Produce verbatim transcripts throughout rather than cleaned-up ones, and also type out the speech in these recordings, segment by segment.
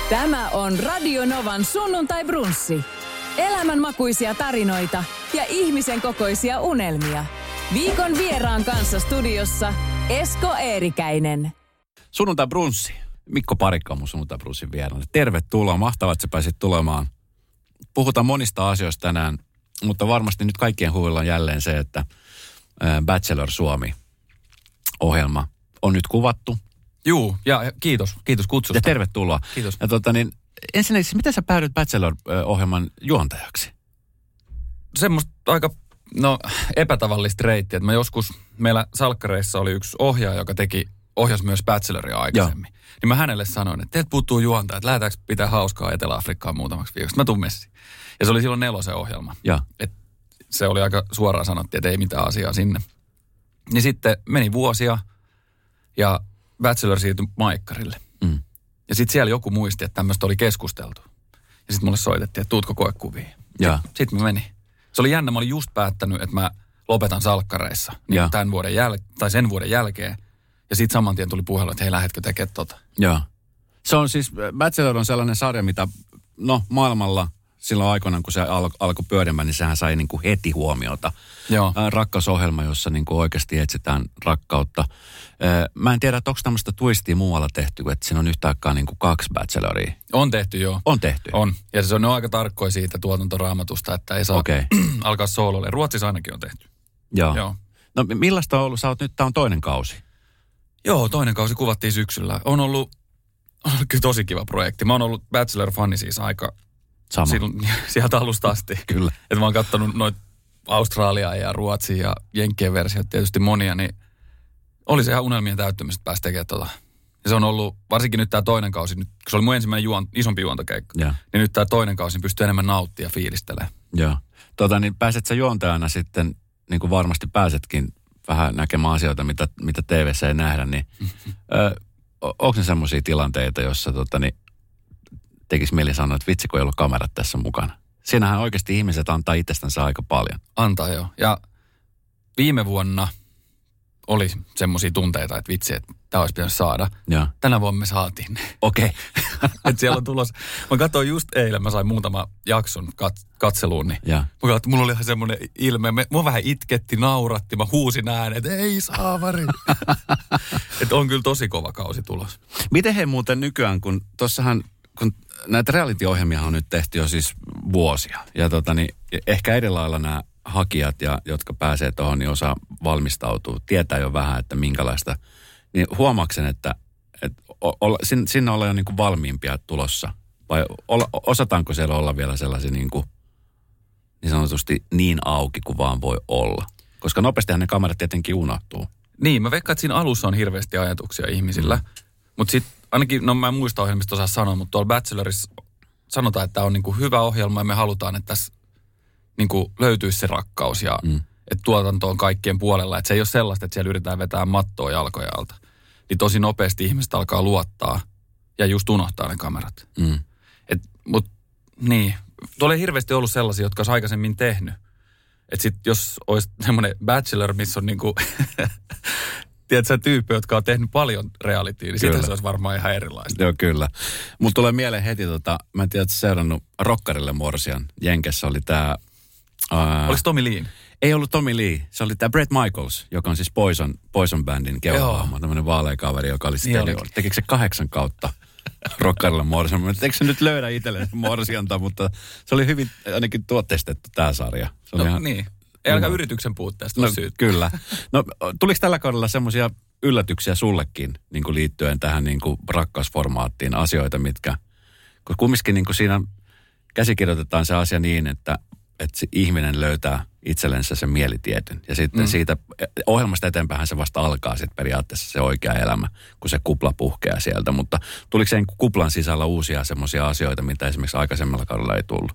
Tämä on Radio Novan sunnuntai-brunssi. Elämänmakuisia tarinoita ja ihmisen kokoisia unelmia. Viikon vieraan kanssa studiossa Esko Eerikäinen. Sunnuntai-brunssi. Mikko Parikka on mun sunnuntai-brunssin vieraana. Tervetuloa. Mahtavaa, että sä pääsit tulemaan. Puhutaan monista asioista tänään, mutta varmasti nyt kaikkien huvilla on jälleen se, että Bachelor Suomi-ohjelma on nyt kuvattu. Juu, ja kiitos. Kiitos kutsusta. Ja tervetuloa. Kiitos. Ja tota niin, ensinnäkin, miten sä päädyit Bachelor-ohjelman juontajaksi? Semmoista aika, no, epätavallista reittiä. Että mä joskus, meillä salkkareissa oli yksi ohjaaja, joka teki, ohjasi myös Bacheloria aikaisemmin. Joo. Niin mä hänelle sanoin, että teet puuttuu juontaja, että lähdetäänkö pitää hauskaa Etelä-Afrikkaan muutamaksi viikoksi. Mä tuun messiin. Ja se oli silloin nelosen ohjelma. Ja. Et se oli aika suoraan sanottiin, että ei mitään asiaa sinne. Niin sitten meni vuosia ja Bachelor siirtyi Maikkarille. Mm. Ja sitten siellä joku muisti, että tämmöistä oli keskusteltu. Ja sitten mulle soitettiin, että tuutko koekuviin. Sitten mä menin. Se oli jännä, mä olin just päättänyt, että mä lopetan salkkareissa niin tämän vuoden jäl- tai sen vuoden jälkeen. Ja sitten saman tien tuli puhelu, että hei, lähdetkö tekemään tota. Joo. Se on siis, Bachelor on sellainen sarja, mitä no maailmalla silloin aikoinaan, kun se al- alkoi pyörimään, niin sehän sai niin kuin heti huomiota. Joo. Rakkausohjelma, jossa niin kuin oikeasti etsitään rakkautta. Mä en tiedä, että onko tämmöistä twistia muualla tehty, että siinä on yhtä aikaa niin kuin kaksi Bacheloria. On tehty, joo. On tehty? On. Ja se on aika tarkkoja siitä tuotantoraamatusta, että ei saa okay. alkaa soololle. Ruotsissa ainakin on tehty. Joo. joo. No millaista on ollut? Sä oot nyt, tää on toinen kausi. Joo, toinen kausi kuvattiin syksyllä. On ollut, on ollut kyllä tosi kiva projekti. Mä oon ollut Bachelor-fani siis aika Sama. Silloin, sieltä alusta asti. Kyllä. Että mä oon kattonut noita Australiaa ja Ruotsia ja Jenkkien versiot tietysti monia, niin oli se ihan unelmien täyttymistä päästä tekemään tota. Ja se on ollut, varsinkin nyt tää toinen kausi, nyt, kun se oli mun ensimmäinen juon, isompi juontokeikka, ja. niin nyt tää toinen kausi pystyy enemmän nauttia ja fiilistelemään. Joo. Tota, niin pääset sä juontajana sitten, niin kuin varmasti pääsetkin vähän näkemään asioita, mitä, mitä T V:ssä ei nähdä, niin mm-hmm. ö, onko ne semmoisia tilanteita, jossa tota, niin, tekisi mieli sanoa, että vitsi, kun ei ollut kamerat tässä mukana. Siinähän oikeasti ihmiset antaa itsestänsä aika paljon. Antaa joo. Ja viime vuonna oli semmoisia tunteita, että vitsi, että tämä olisi pitänyt saada. Ja. Tänä vuonna me saatiin. Okei. Okay. Että siellä on tulos. Mä katsoin just eilen, mä sain muutama jakson kat- katseluun, niin ja. mä katsoin, mulla oli ihan semmoinen ilme. Me, mua vähän itketti, nauratti, mä huusin äänen, että ei saavari. Että on kyllä tosi kova kausi tulos. Miten he muuten nykyään, kun tossahan, kun näitä reality-ohjelmia on nyt tehty jo siis vuosia. Ja tota niin, ehkä eri lailla nämä hakijat, ja, jotka pääsee tuohon, niin osaa valmistautua. Tietää jo vähän, että minkälaista. Niin huomaaksen, että, että o, sinne, sinne ollaan jo niin kuin valmiimpia tulossa. Vai olla, osataanko siellä olla vielä sellaisia niin, kuin, niin sanotusti niin auki kuin vaan voi olla? Koska nopeastihan ne kamerat tietenkin unohtuu. Niin, mä veikkaan, että siinä alussa on hirveästi ajatuksia ihmisillä. Mm. Mutta sitten ainakin, no mä en muista ohjelmista osaa sanoa, mutta tuolla Bachelorissa sanotaan, että tämä on niin kuin hyvä ohjelma ja me halutaan, että tässä niin kuin löytyisi se rakkaus ja mm. että tuotanto on kaikkien puolella. Että se ei ole sellaista, että siellä yritetään vetää mattoa jalkoja alta. Niin tosi nopeasti ihmiset alkaa luottaa ja just unohtaa ne kamerat. Mm. Et, mut niin, tuolla ei hirveästi ollut sellaisia, jotka olisi aikaisemmin tehnyt. Että sit jos olisi semmoinen Bachelor, missä on niinku, tiedätkö, tyyppi, jotka on tehnyt paljon realityyä, niin sitten se olisi varmaan ihan erilaista. Joo, kyllä. Mulla tulee mieleen heti, tota, mä en tiedä, että seurannut Rokkarille Morsian. Jenkessä oli tää Uh, Oliko Tommy Lee? Ei ollut Tommy Lee. Se oli tämä Bret Michaels, joka on siis Poison, Poison Bandin keulahahmo. Tämmöinen vaalea kaveri, joka oli sitten, tekikö se kahdeksan kautta Rokkarille Morsian. Mä eikö se nyt löydä itselleen Morsianta, mutta se oli hyvin ainakin tuotteistettu tämä sarja. Se oli no ihan, niin. Ei ainakaan yrityksen puutteesta no, syyt. Kyllä. No tuliko tällä kaudella semmoisia yllätyksiä sullekin niin kuin liittyen tähän niin kuin rakkausformaattiin, asioita, mitkä, kun kumminkin niin kuin siinä käsikirjoitetaan se asia niin, että että se ihminen löytää itsellensä sen mielitietyn. Ja sitten mm. siitä ohjelmasta eteenpäin se vasta alkaa sitten periaatteessa se oikea elämä, kun se kupla puhkeaa sieltä. Mutta tuliko sen kuplan sisällä uusia semmoisia asioita, mitä esimerkiksi aikaisemmalla kaudella ei tullut?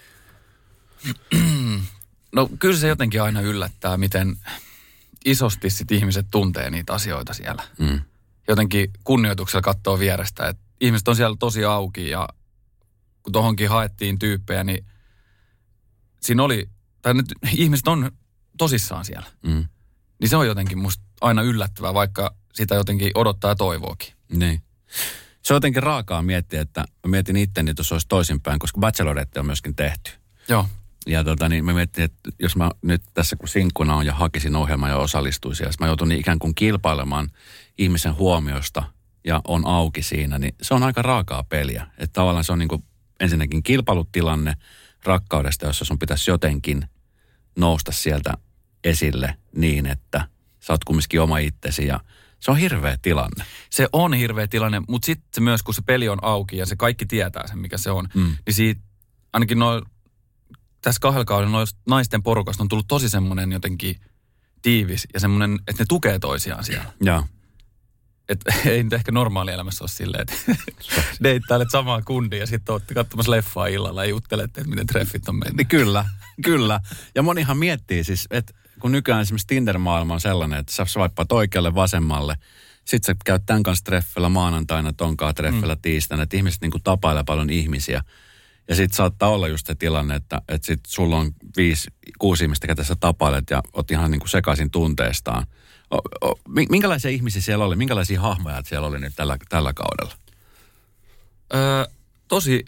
No kyllä se jotenkin aina yllättää, miten isosti sit ihmiset tuntee niitä asioita siellä. Mm. Jotenkin kunnioituksella katsoo vierestä, että ihmiset on siellä tosi auki ja kun tohonkin haettiin tyyppejä, niin siinä oli, tai nyt ihmiset on tosissaan siellä. Mm. Niin se on jotenkin musta aina yllättävää, vaikka sitä jotenkin odottaa ja toivookin. Niin. Se on jotenkin raakaa miettiä, että mä mietin itteni, että se olisi toisinpäin, koska Bachelorette on myöskin tehty. Joo. Ja tota, niin mä mietin, että jos mä nyt tässä kun sinkkuna on ja hakisin ohjelman ja osallistuisin, ja mä joutun niin ikään kuin kilpailemaan ihmisen huomiosta ja on auki siinä, niin se on aika raakaa peliä. Että tavallaan se on niin kuin ensinnäkin kilpailutilanne rakkaudesta, jossa sun pitäisi jotenkin nousta sieltä esille niin, että sä oot kumminkin oma itsesi ja se on hirveä tilanne. Se on hirveä tilanne, mutta sitten myös kun se peli on auki ja se kaikki tietää sen, mikä se on, mm. niin siitä ainakin noin tässä kahdella kaudella naisten porukasta on tullut tosi semmoinen jotenkin tiivis ja semmoinen, että ne tukee toisiaan siellä. Joo. Että ei nyt ehkä normaali elämässä ole silleen, että deittailet samaa kundia ja sitten olette katsomassa leffaa illalla ja juttelette, että miten treffit on mennyt. Kyllä, kyllä. Ja monihan miettii siis, että kun nykyään esimerkiksi Tinder-maailma on sellainen, että sä swipeat oikealle, vasemmalle, sit sä käyt tämän kanssa treffellä maanantaina, tonkaan treffellä mm. tiistaina, että ihmiset niin kuin tapailee paljon ihmisiä. Ja sit saattaa olla just se tilanne, että, että sit sulla on viisi, kuusi ihmistä, ketä sä tapailet ja oot ihan niin kuin sekaisin tunteestaan. O, o, minkälaisia ihmisiä siellä oli? Minkälaisia hahmoja siellä oli nyt tällä, tällä kaudella? Öö, tosi,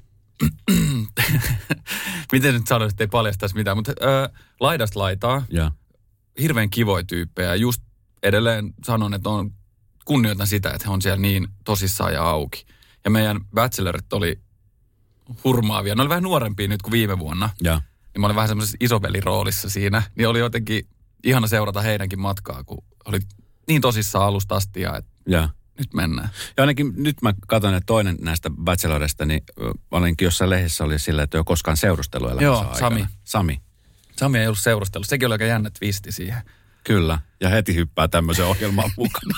miten nyt sanoisin, että ei paljastaisi mitään, mutta öö, laidasta laitaa. Ja. Hirveän kivoja tyyppejä. Just edelleen sanon, että on, kunnioitan sitä, että he on siellä niin tosissaan ja auki. Ja meidän bachelorit oli hurmaavia. Ne oli vähän nuorempia nyt kuin viime vuonna. Ja. Niin mä olin vähän semmoisessa isoveliroolissa siinä. Niin oli jotenkin ihana seurata heidänkin matkaa, kun oli niin tosissaan alusta asti ja, että ja. Nyt mennään. Ja ainakin nyt mä katson, että toinen näistä bachelorista, niin olinkin jossain lehdessä oli sillä, että ei ole koskaan seurustellut elämänsä Joo, aikana. Sami. Sami. Sami ei ollut seurustellut. Sekin oli aika jännä twisti siihen. Kyllä. Ja heti hyppää tämmöisen ohjelman mukana.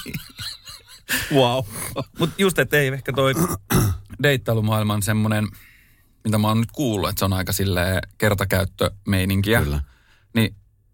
Wow. Mutta just, että ei ehkä toi deittailumaailman semmoinen, mitä mä oon nyt kuullut, että se on aika silleen kertakäyttömeininkiä. Kyllä. Niin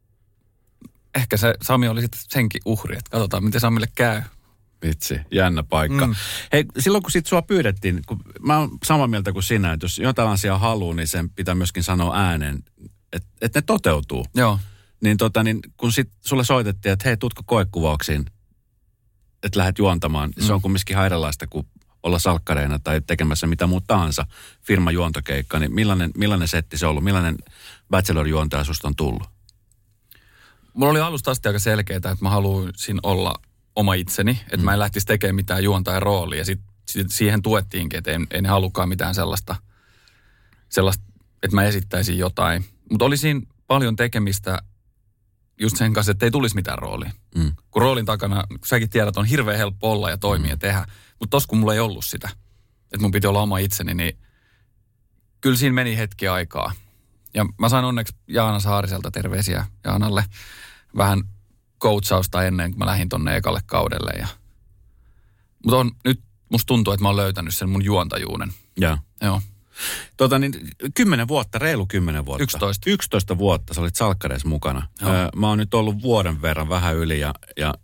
ehkä se Sami oli sitten senkin uhri, että katsotaan, miten Samille käy. Vitsi, jännä paikka. Mm. Hei, silloin kun sit sua pyydettiin, kun mä oon samaa mieltä kuin sinä, että jos jotain asiaa haluaa, niin sen pitää myöskin sanoa ääneen, että, että ne toteutuu. Joo. Niin, tota, niin kun sit sulle soitettiin, että hei, tutko koekuvauksiin, että lähdet juontamaan. Mm. Se on kumminkin erilaista kuin olla salkkareina tai tekemässä mitä muuta tahansa firman juontokeikka. Niin millainen, millainen setti se on ollut? Millainen bachelor-juontaja susta on tullut? Mulla oli alusta asti aika selkeää, että mä haluaisin olla oma itseni. Että mm. mä en lähtisi tekemään mitään juontajan roolia. Ja sitten sit siihen tuettiinkin, että ei, ei ne halukaan mitään sellaista, sellaista, että mä esittäisin jotain. Mutta oli siinä paljon tekemistä just sen kanssa, että ei tulisi mitään roolia. Mm. Kun roolin takana, kun säkin tiedät, on hirveän helppo olla ja toimia mm. ja tehdä. Mutta tos kun mulla ei ollut sitä, että mun piti olla oma itseni, niin kyllä siinä meni hetki aikaa. Ja mä sain onneksi Jaana Saariselta terveisiä Jaanalle vähän coachausta ennen kuin mä lähdin tonne ekalle kaudelle. Ja... Mutta on, nyt musta tuntuu, että mä oon löytänyt sen mun juontajuuden. Ja. Joo. Tota niin, kymmenen vuotta, reilu kymmenen vuotta. Yksitoista. Yksitoista vuotta, sä olit salkkareissa mukana. Joo. Mä oon nyt ollut vuoden verran vähän yli ja, ja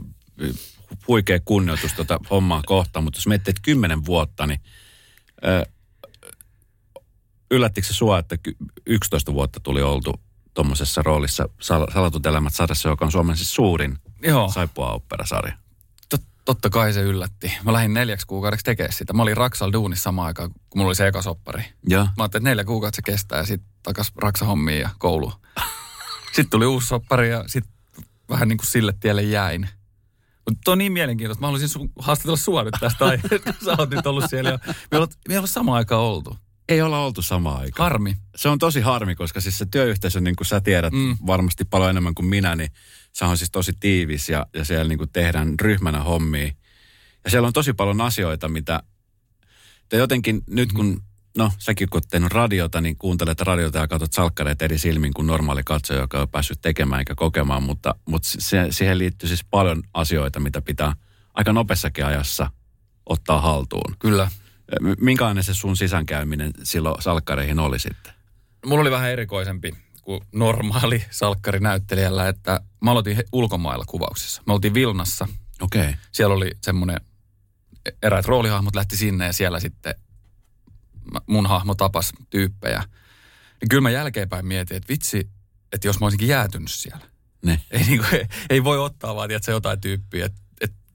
huikea kunnioitus tota hommaa kohtaan, mutta jos miettii, että kymmenen vuotta, niin yllättikö se sua, että yksitoista vuotta tuli oltu tuommoisessa roolissa Sal- Salatut elämät -sarjassa, joka on Suomen siis suurin saippua-oopperasarja? Tot, totta kai se yllätti. Mä lähdin neljäksi kuukaudeksi tekemään sitä. Mä olin Raksalla duunissa samaan aikaan, kun mulla oli se eka soppari. Ja. Mä ajattelin, että neljä kuukautta se kestää ja sitten takas Raksa-hommiin ja kouluun. Sitten tuli uusi soppari ja sitten vähän niin kuin sille tielle jäin. Mutta tuo on niin mielenkiintoista. Mä haluaisin su- haastatella sua nyt tästä aiheesta. Sä oot nyt ollut siellä ja me ei olla samaan aikaan oltu. Ei olla oltu samaan aikaan. Harmi. Se on tosi harmi, koska siis se työyhteisö, niin kuin sä tiedät mm. varmasti paljon enemmän kuin minä, niin se on siis tosi tiivis ja, ja siellä niin kuin tehdään ryhmänä hommia. Ja siellä on tosi paljon asioita, mitä te jotenkin nyt kun, mm. no säkin kun oot tehnyt radiota, niin kuuntelet radiota ja katsot salkkareita eri silmin kuin normaali katsoja, joka on päässyt tekemään eikä kokemaan, mutta, mutta se, siihen liittyy siis paljon asioita, mitä pitää aika nopeassakin ajassa ottaa haltuun. Kyllä. Minkälainen se sun sisäänkäyminen silloin salkkareihin oli sitten? Mulla oli vähän erikoisempi kuin normaali salkkarinäyttelijällä, että mä aloitin ulkomailla kuvauksissa. Me oltiin Vilnassa. Okei. Okay. Siellä oli semmoinen, eräät roolihahmot lähti sinne ja siellä sitten mun hahmo tapas tyyppejä. Niin kyllä mä jälkeenpäin mietin, että vitsi, että jos mä olisinkin jäätynyt siellä. Ne. Ei, niin kuin, ei voi ottaa vaan, tiedätkö, jotain tyyppiä, että et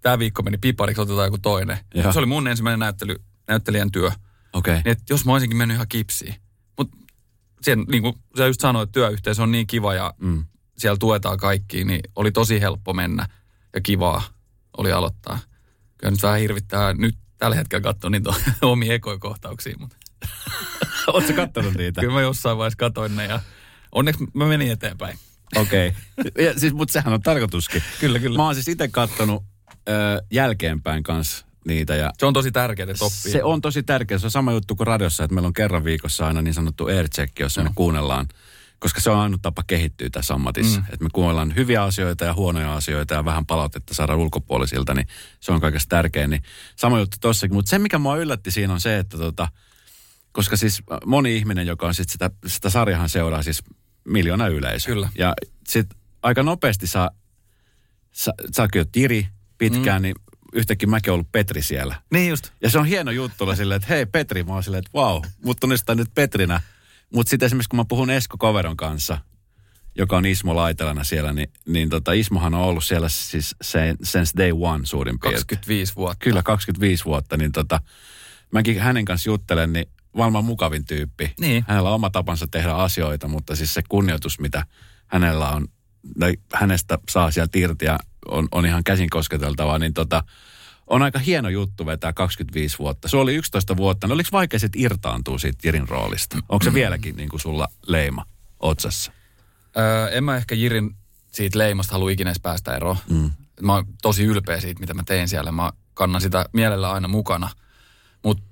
tämä viikko meni pipariksi, otetaan joku toinen. Ja. Se oli mun ensimmäinen näyttely, näyttelijän työ. Okei. Okay. Niin, että jos mä olisinkin mennyt ihan kipsiin. Mutta niin kuin sä just sanoit, että työyhteisö on niin kiva ja mm. siellä tuetaan kaikkia, niin oli tosi helppo mennä ja kivaa oli aloittaa. Kyllä nyt vähän hirvittää nyt tällä hetkellä katsoa niitä omia ekoikohtauksia. Mutta ootko sä kattonut niitä? Kyllä mä jossain vaiheessa katsoin ne ja onneksi mä menin eteenpäin. Okei. Okay. Siis, mutta sehän on tarkoituskin. Kyllä, kyllä. Mä oon siis itse kattonut ö, jälkeenpäin kanssa niitä. Ja se on tosi tärkeää, että oppii. Se on tosi tärkeää. Se on sama juttu kuin radiossa, että meillä on kerran viikossa aina niin sanottu aircheck, jossa no. me kuunnellaan. Koska se on ainut tapa kehittyä tässä ammatissa. Mm. Että me kuunnellaan hyviä asioita ja huonoja asioita ja vähän palautetta saada ulkopuolisilta, niin se on kaikesta tärkein. Niin sama juttu tossakin. Mutta se, mikä mua yllätti siinä on se, että tota, koska siis moni ihminen, joka on sit sitä, sitä sarjahan seuraa siis miljoona yleisöä. Kyllä. Ja sitten aika nopeasti saa, sä, säkin oot Jiri pitkään, mm. niin yhtäkkiä mäkin olen ollut Petri siellä. Niin just. Ja se on hieno juttu olla silleen, että hei Petri, mä oon silleen, että vau, mut tunnistan nyt Petrinä. Mutta sitten esimerkiksi kun mä puhun Esko Koveron kanssa, joka on Ismo Laitelana siellä, niin, niin tota, Ismohan on ollut siellä siis sen, since day one suurin piirtein. kaksikymmentäviisi vuotta. Kyllä, kaksikymmentäviisi vuotta. Niin tota, mäkin hänen kanssa juttelen, niin maailman mukavin tyyppi. Niin. Hänellä on oma tapansa tehdä asioita, mutta siis se kunnioitus, mitä hänellä on, hänestä saa sieltä irti ja on, on ihan käsin kosketeltavaa, niin tota, on aika hieno juttu vetää kaksikymmentäviisi vuotta. Se oli yksitoista vuotta. No oliko vaikea sitten irtaantua siitä Jirin roolista? Onko se vieläkin niin kuin sulla leima otsassa? Öö, en mä ehkä Jirin siitä leimasta halua ikinä edes päästä eroon. Mm. Mä oon tosi ylpeä siitä, mitä mä teen siellä. Mä kannan sitä mielellä aina mukana. Mutta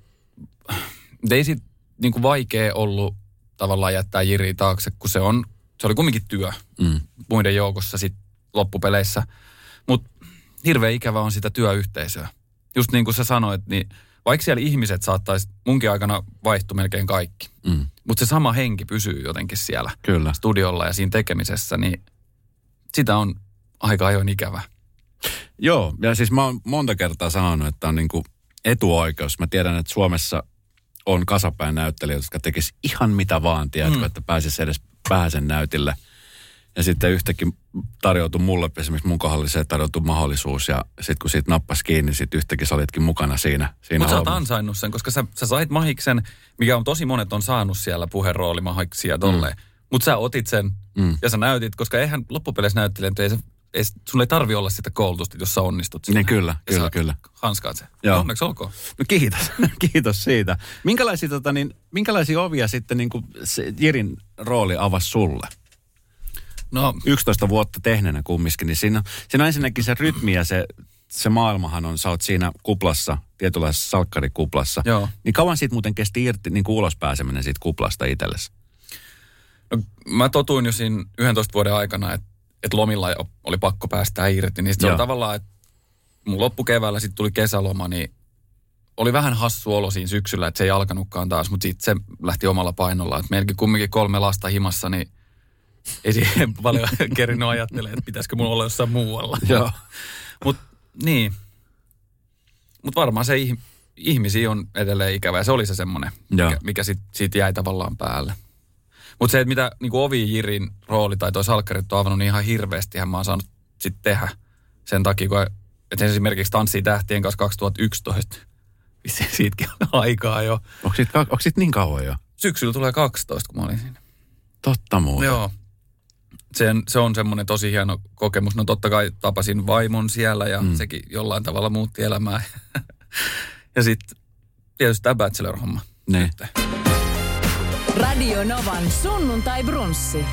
ei siitä niin kuin vaikea ollut tavallaan jättää Jiriä taakse, kun se on, se oli kumminkin työ mm. muiden joukossa sit loppupeleissä. Mutta hirveän ikävä on sitä työyhteisöä. Just niin kuin sä sanoit, niin vaikka siellä ihmiset saattaisi, munkin aikana vaihtui melkein kaikki. Mm. Mutta se sama henki pysyy jotenkin siellä Kyllä. studiolla ja siinä tekemisessä, niin sitä on aika ajoin ikävä. Joo, ja siis mä oon monta kertaa sanonut, että on niin kuin etuoikeus. Mä tiedän, että Suomessa on kasapäin näyttelijöitä, jotka tekisi ihan mitä vaan, tiedätkö, mm. että pääsisi edes pääsen näytille. Ja sitten yhtäkkiä tarjoutui mulle, esimerkiksi mun kohdalla se tarjoutui mahdollisuus. Ja sitten kun siitä nappasi kiinni, niin sitten yhtäkkiä sä olitkin mukana siinä. siinä Mutta sä oot ansainnut sen, koska sä, sä sait mahiksen, mikä on tosi monet on saanut siellä puheenroolimahiksia tolleen. Mm. Mutta sä otit sen mm. ja sä näytit, koska eihän loppupeleissä näyttelijän, ei se, ei, sun ei tarvi olla sitä koulutusta, jos sä onnistut siinä. Niin kyllä, ja kyllä, kyllä. Hanskaat sen. Joo. Onneksi olkoon. No kiitos, kiitos siitä. Minkälaisia, tota, niin, minkälaisia ovia sitten niin kuin se Jirin rooli avasi sulle? No, yksitoista vuotta tehneenä kumminkin, niin siinä, siinä on ensinnäkin se rytmi ja se, se maailmahan on, sä oot siinä kuplassa, tietynlaisessa salkkarikuplassa. Joo. Niin kauan siitä muuten kesti irti, niin kuin ulos pääseminen siitä kuplasta itsellesi? No, mä totuin jo siinä yhdentoista vuoden aikana, että, että lomilla oli pakko päästä irti. Niin se on tavallaan, että mun loppukeväällä sitten tuli kesäloma, niin oli vähän hassu olo siinä syksyllä, että se ei alkanutkaan taas, mutta sitten se lähti omalla painolla. Että meilläkin kumminkin kolme lasta himassa, niin ei siihen paljon kerinyt ajattelemaan, että pitäisikö mun olla jossain muualla. Joo. Mutta niin. Mutta varmaan se ih- ihmisiä on edelleen ikävä ja se oli se semmoinen, mikä, mikä sit, siitä jäi tavallaan päälle. Mutta se, että mitä niin Ovi Jirin rooli tai toi salkkarit on avannut, niin ihan hirveästihän mä oon saanut sitten tehdä sen takia, kun että esimerkiksi Tanssii tähtien kanssa kaksituhattayksitoista. Siitäkin on aikaa jo. Onko siitä, onko siitä niin kauan jo? Syksyllä tulee kaksitoista, kun mä olin siinä. Totta muuta. Joo. Sen, se on semmoinen tosi hieno kokemus. No totta kai tapasin vaimon siellä ja mm. sekin jollain tavalla muutti elämää. Ja sitten tietysti tämä Bachelor-homma. Ne. Radio Novan sunnuntai brunssi.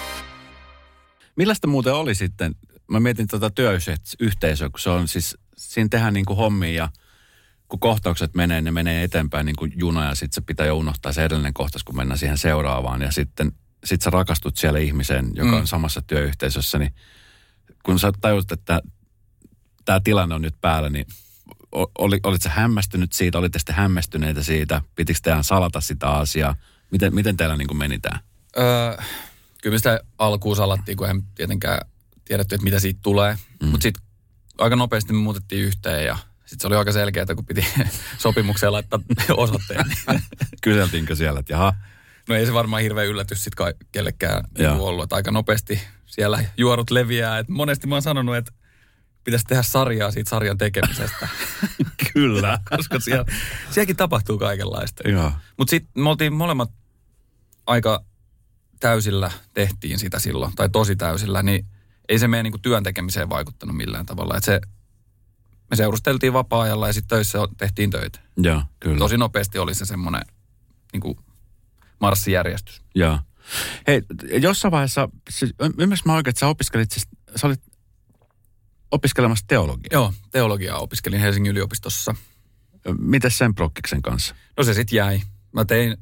Millaista muuten oli sitten, mä mietin tuota työyhteisöä, kun se on siis, siinä tehdään niin kuin hommia ja kun kohtaukset menee, ne menee eteenpäin niin kuin juna ja sitten se pitää jo unohtaa se edellinen kohtaus, kun mennään siihen seuraavaan ja sitten sit sä rakastut siellä ihmiseen, joka mm. on samassa työyhteisössä, niin kun sä tajut, että tämä tilanne on nyt päällä, niin oli, olit sä hämmästynyt siitä, olitte sitten hämmästyneitä siitä, pitikö teidän salata sitä asiaa, miten, miten teillä niin kuin meni tämä? Öö, kyllä me sitä alkuun salattiin, kun en tietenkään tiedetty, että mitä siitä tulee, mm. mutta sitten aika nopeasti me muutettiin yhteen ja sitten se oli aika selkeää, kun piti sopimukseen laittaa osoitteen. Kyseltiinkö siellä, että jaha? No ei se varmaan hirveä yllätys sitten kellekään ollut, että aika nopeasti siellä juorut leviää. Et monesti mä oon sanonut, että pitäisi tehdä sarjaa siitä sarjan tekemisestä. Kyllä. Koska siellä, sielläkin tapahtuu kaikenlaista. Joo. Mutta sitten me oltiin molemmat aika täysillä, tehtiin sitä silloin, tai tosi täysillä, niin ei se meidän niinku työn tekemiseen vaikuttanut millään tavalla. Et se, me seurusteltiin vapaa-ajalla ja sitten töissä tehtiin töitä. Joo, kyllä. Tosi nopeasti oli se semmoinen niinku marssijärjestys. Joo. Hei, jossain vaiheessa, siis, ymmärrätkö mä oikein, että sä opiskelit, siis sä olit opiskelemassa teologiaa? Joo, teologiaa opiskelin Helsingin yliopistossa. Miten sen prokkiksen kanssa? No se sitten jäi. Mä tein,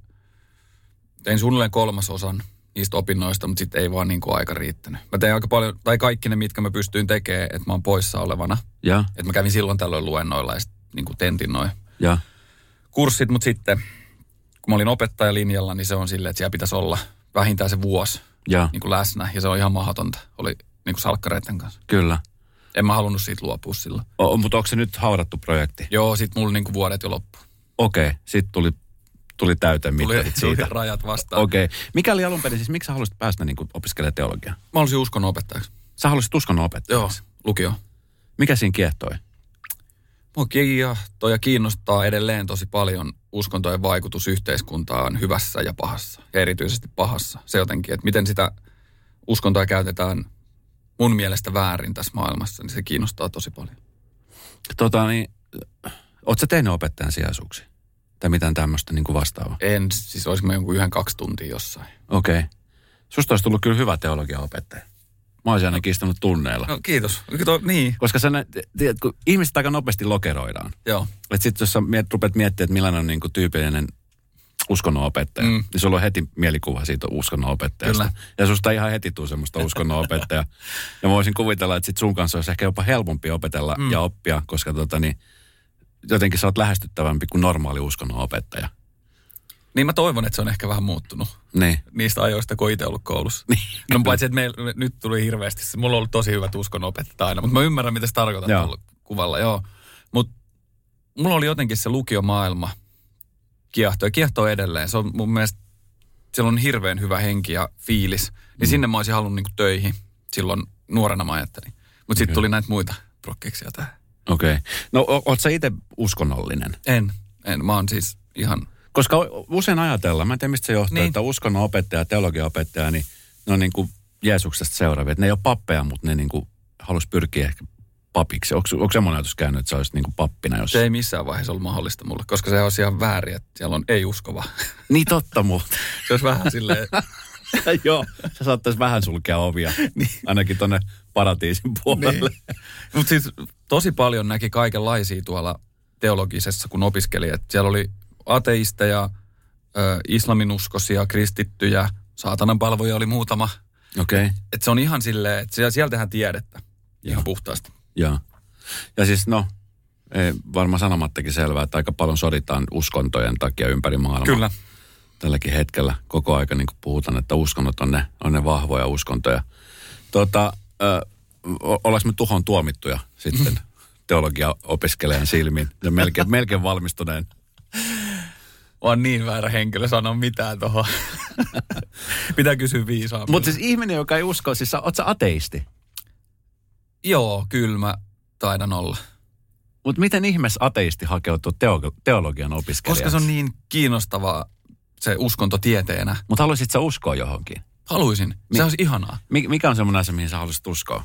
tein suunnilleen kolmasosan niistä opinnoista, mutta sitten ei vaan niin kuin aika riittänyt. Mä tein aika paljon, tai kaikki ne, mitkä mä pystyin tekemään, että mä oon poissa olevana. Ja. Että mä kävin silloin tällöin luennoilla ja sitten niin kuin tentin noin ja. kurssit, mutta sitten kun mä olin opettajalinjalla, niin se on silleen, että siellä pitäisi olla vähintään se vuosi ja. niin kuin läsnä. Ja se on ihan mahdotonta. Oli niin kuin salkkareiden kanssa. Kyllä. En mä halunnut siitä luopua silloin. O, mutta onko se nyt haudattu projekti? Joo, sit mulla niin kuin vuodet jo loppu. Okei, okay. Sitten tuli, tuli täyteen mittarit tuli, siitä. Tuli rajat vastaan. Okei. Okay. Mikä oli alun perin, siis miksi sä haluaisit päästä niin kuin opiskelemaan teologiaa? Mä haluaisin uskonnon opettajaksi. Sä haluaisit uskonnon opettajaksi? Joo, lukio. Mikä siinä kiehtoi? Mua kiehtoo ja kiinnostaa edelleen tosi paljon uskontojen vaikutus yhteiskuntaan hyvässä ja pahassa. Ja erityisesti pahassa. Se jotenkin, että miten sitä uskontoa käytetään mun mielestä väärin tässä maailmassa, niin se kiinnostaa tosi paljon. Tota niin, ootko sä tehnyt opettajan sijaisuuksia? Tai mitään tämmöistä niin kuin vastaavaa? En, siis olisin mä jonkun yhden kaksi tuntia jossain. Okei. Okay. Susta olisi tullut kyllä hyvä teologian opettaja. Mä olisin ainakin istunut tunneilla. No kiitos. To, niin. Koska sä, tiedät, kun ihmiset aika nopeasti lokeroidaan. Joo. Että sit jos sä miet, rupeat miettimään, että millainen on niin kuin tyypillinen uskonnonopettaja, mm. niin sulla on heti mielikuva siitä uskonnonopettajasta. Kyllä. Ja susta ihan heti tuu semmoista uskonnonopettajaa. Ja mä voisin kuvitella, että sit sun kanssa olisi ehkä jopa helpompi opetella mm. ja oppia, koska tota niin, jotenkin sä oot lähestyttävämpi kuin normaali uskonnonopettaja. Niin mä toivon, että se on ehkä vähän muuttunut. Niin. Niistä ajoista, kun itse ollut koulussa. Niin. No paitsi, että meillä nyt tuli hirveästi. Mulla on ollut tosi hyvät uskonnonopettajat aina, mutta mä ymmärrän, mitä se tarkoittaa tuolla kuvalla. Joo. Mutta mulla oli jotenkin se lukiomaailma kiehtoo ja kiehtoo edelleen. Se on mun mielestä, siellä on hirveän hyvä henki ja fiilis. Niin mm. sinne mä olisin halunnut niinku töihin. Silloin nuorena mä ajattelin. Mutta sitten okay. tuli näitä muita prokkiksia tähän. Okei. Okay. No oot sä itse uskonnollinen? En. En. Mä oon siis ihan... Koska usein ajatellaan, mä en tiedä mistä se johtuu, niin. että uskonnonopettaja ja teologiaopettaja, niin ne on niin kuin Jeesuksesta seuraavia. Että ne ei ole pappeja, mutta ne niin kuin halus pyrkiä ehkä papiksi. Onko, onko semmoinen ajatus käynyt, että sä olisit niin kuin pappina? Jos... Se ei missään vaiheessa ollut mahdollista mulle, koska se olisi ihan väärin, että siellä on ei-uskova. Niin totta muuten. Se olisi vähän silleen... Joo, se saattaisi vähän sulkea ovia, niin. Ainakin tuonne paratiisin puolelle. Niin. Mutta siis tosi paljon näki kaikenlaisia tuolla teologisessa, kun opiskeli. Että siellä oli ateisteja, ö, islaminuskoisia, kristittyjä, saatananpalvoja oli muutama. Okei. Okay. Että se on ihan silleen, että siellä tehdään tiedettä ihan Joo. puhtaasti. Joo. Ja siis no, ei varmaan sanomattakin selvää, että aika paljon soditaan uskontojen takia ympäri maailmaa. Kyllä. Tälläkin hetkellä koko aika niin kuin puhutaan, että uskonnot on ne, on ne vahvoja uskontoja. Tota, ö, ollaanko me tuhon tuomittuja sitten teologia-opiskelijan silmin ja melkein, melkein valmistuneen? On niin väärä henkilö sanoa mitään tuohon. Pitää kysyä viisaammin. Mutta siis ihminen, joka ei usko, siis oot sä ateisti? Joo, kyllä mä taidan olla. Mutta miten ihmeessä ateisti hakeutuu teolo- teologian opiskelijaksi? Koska se on niin kiinnostavaa se uskonto tieteenä. Mutta haluaisit sä uskoa johonkin? Haluaisin. Se Mi- olisi ihanaa. Mikä on semmoinen asia, mihin sä haluaisit uskoa?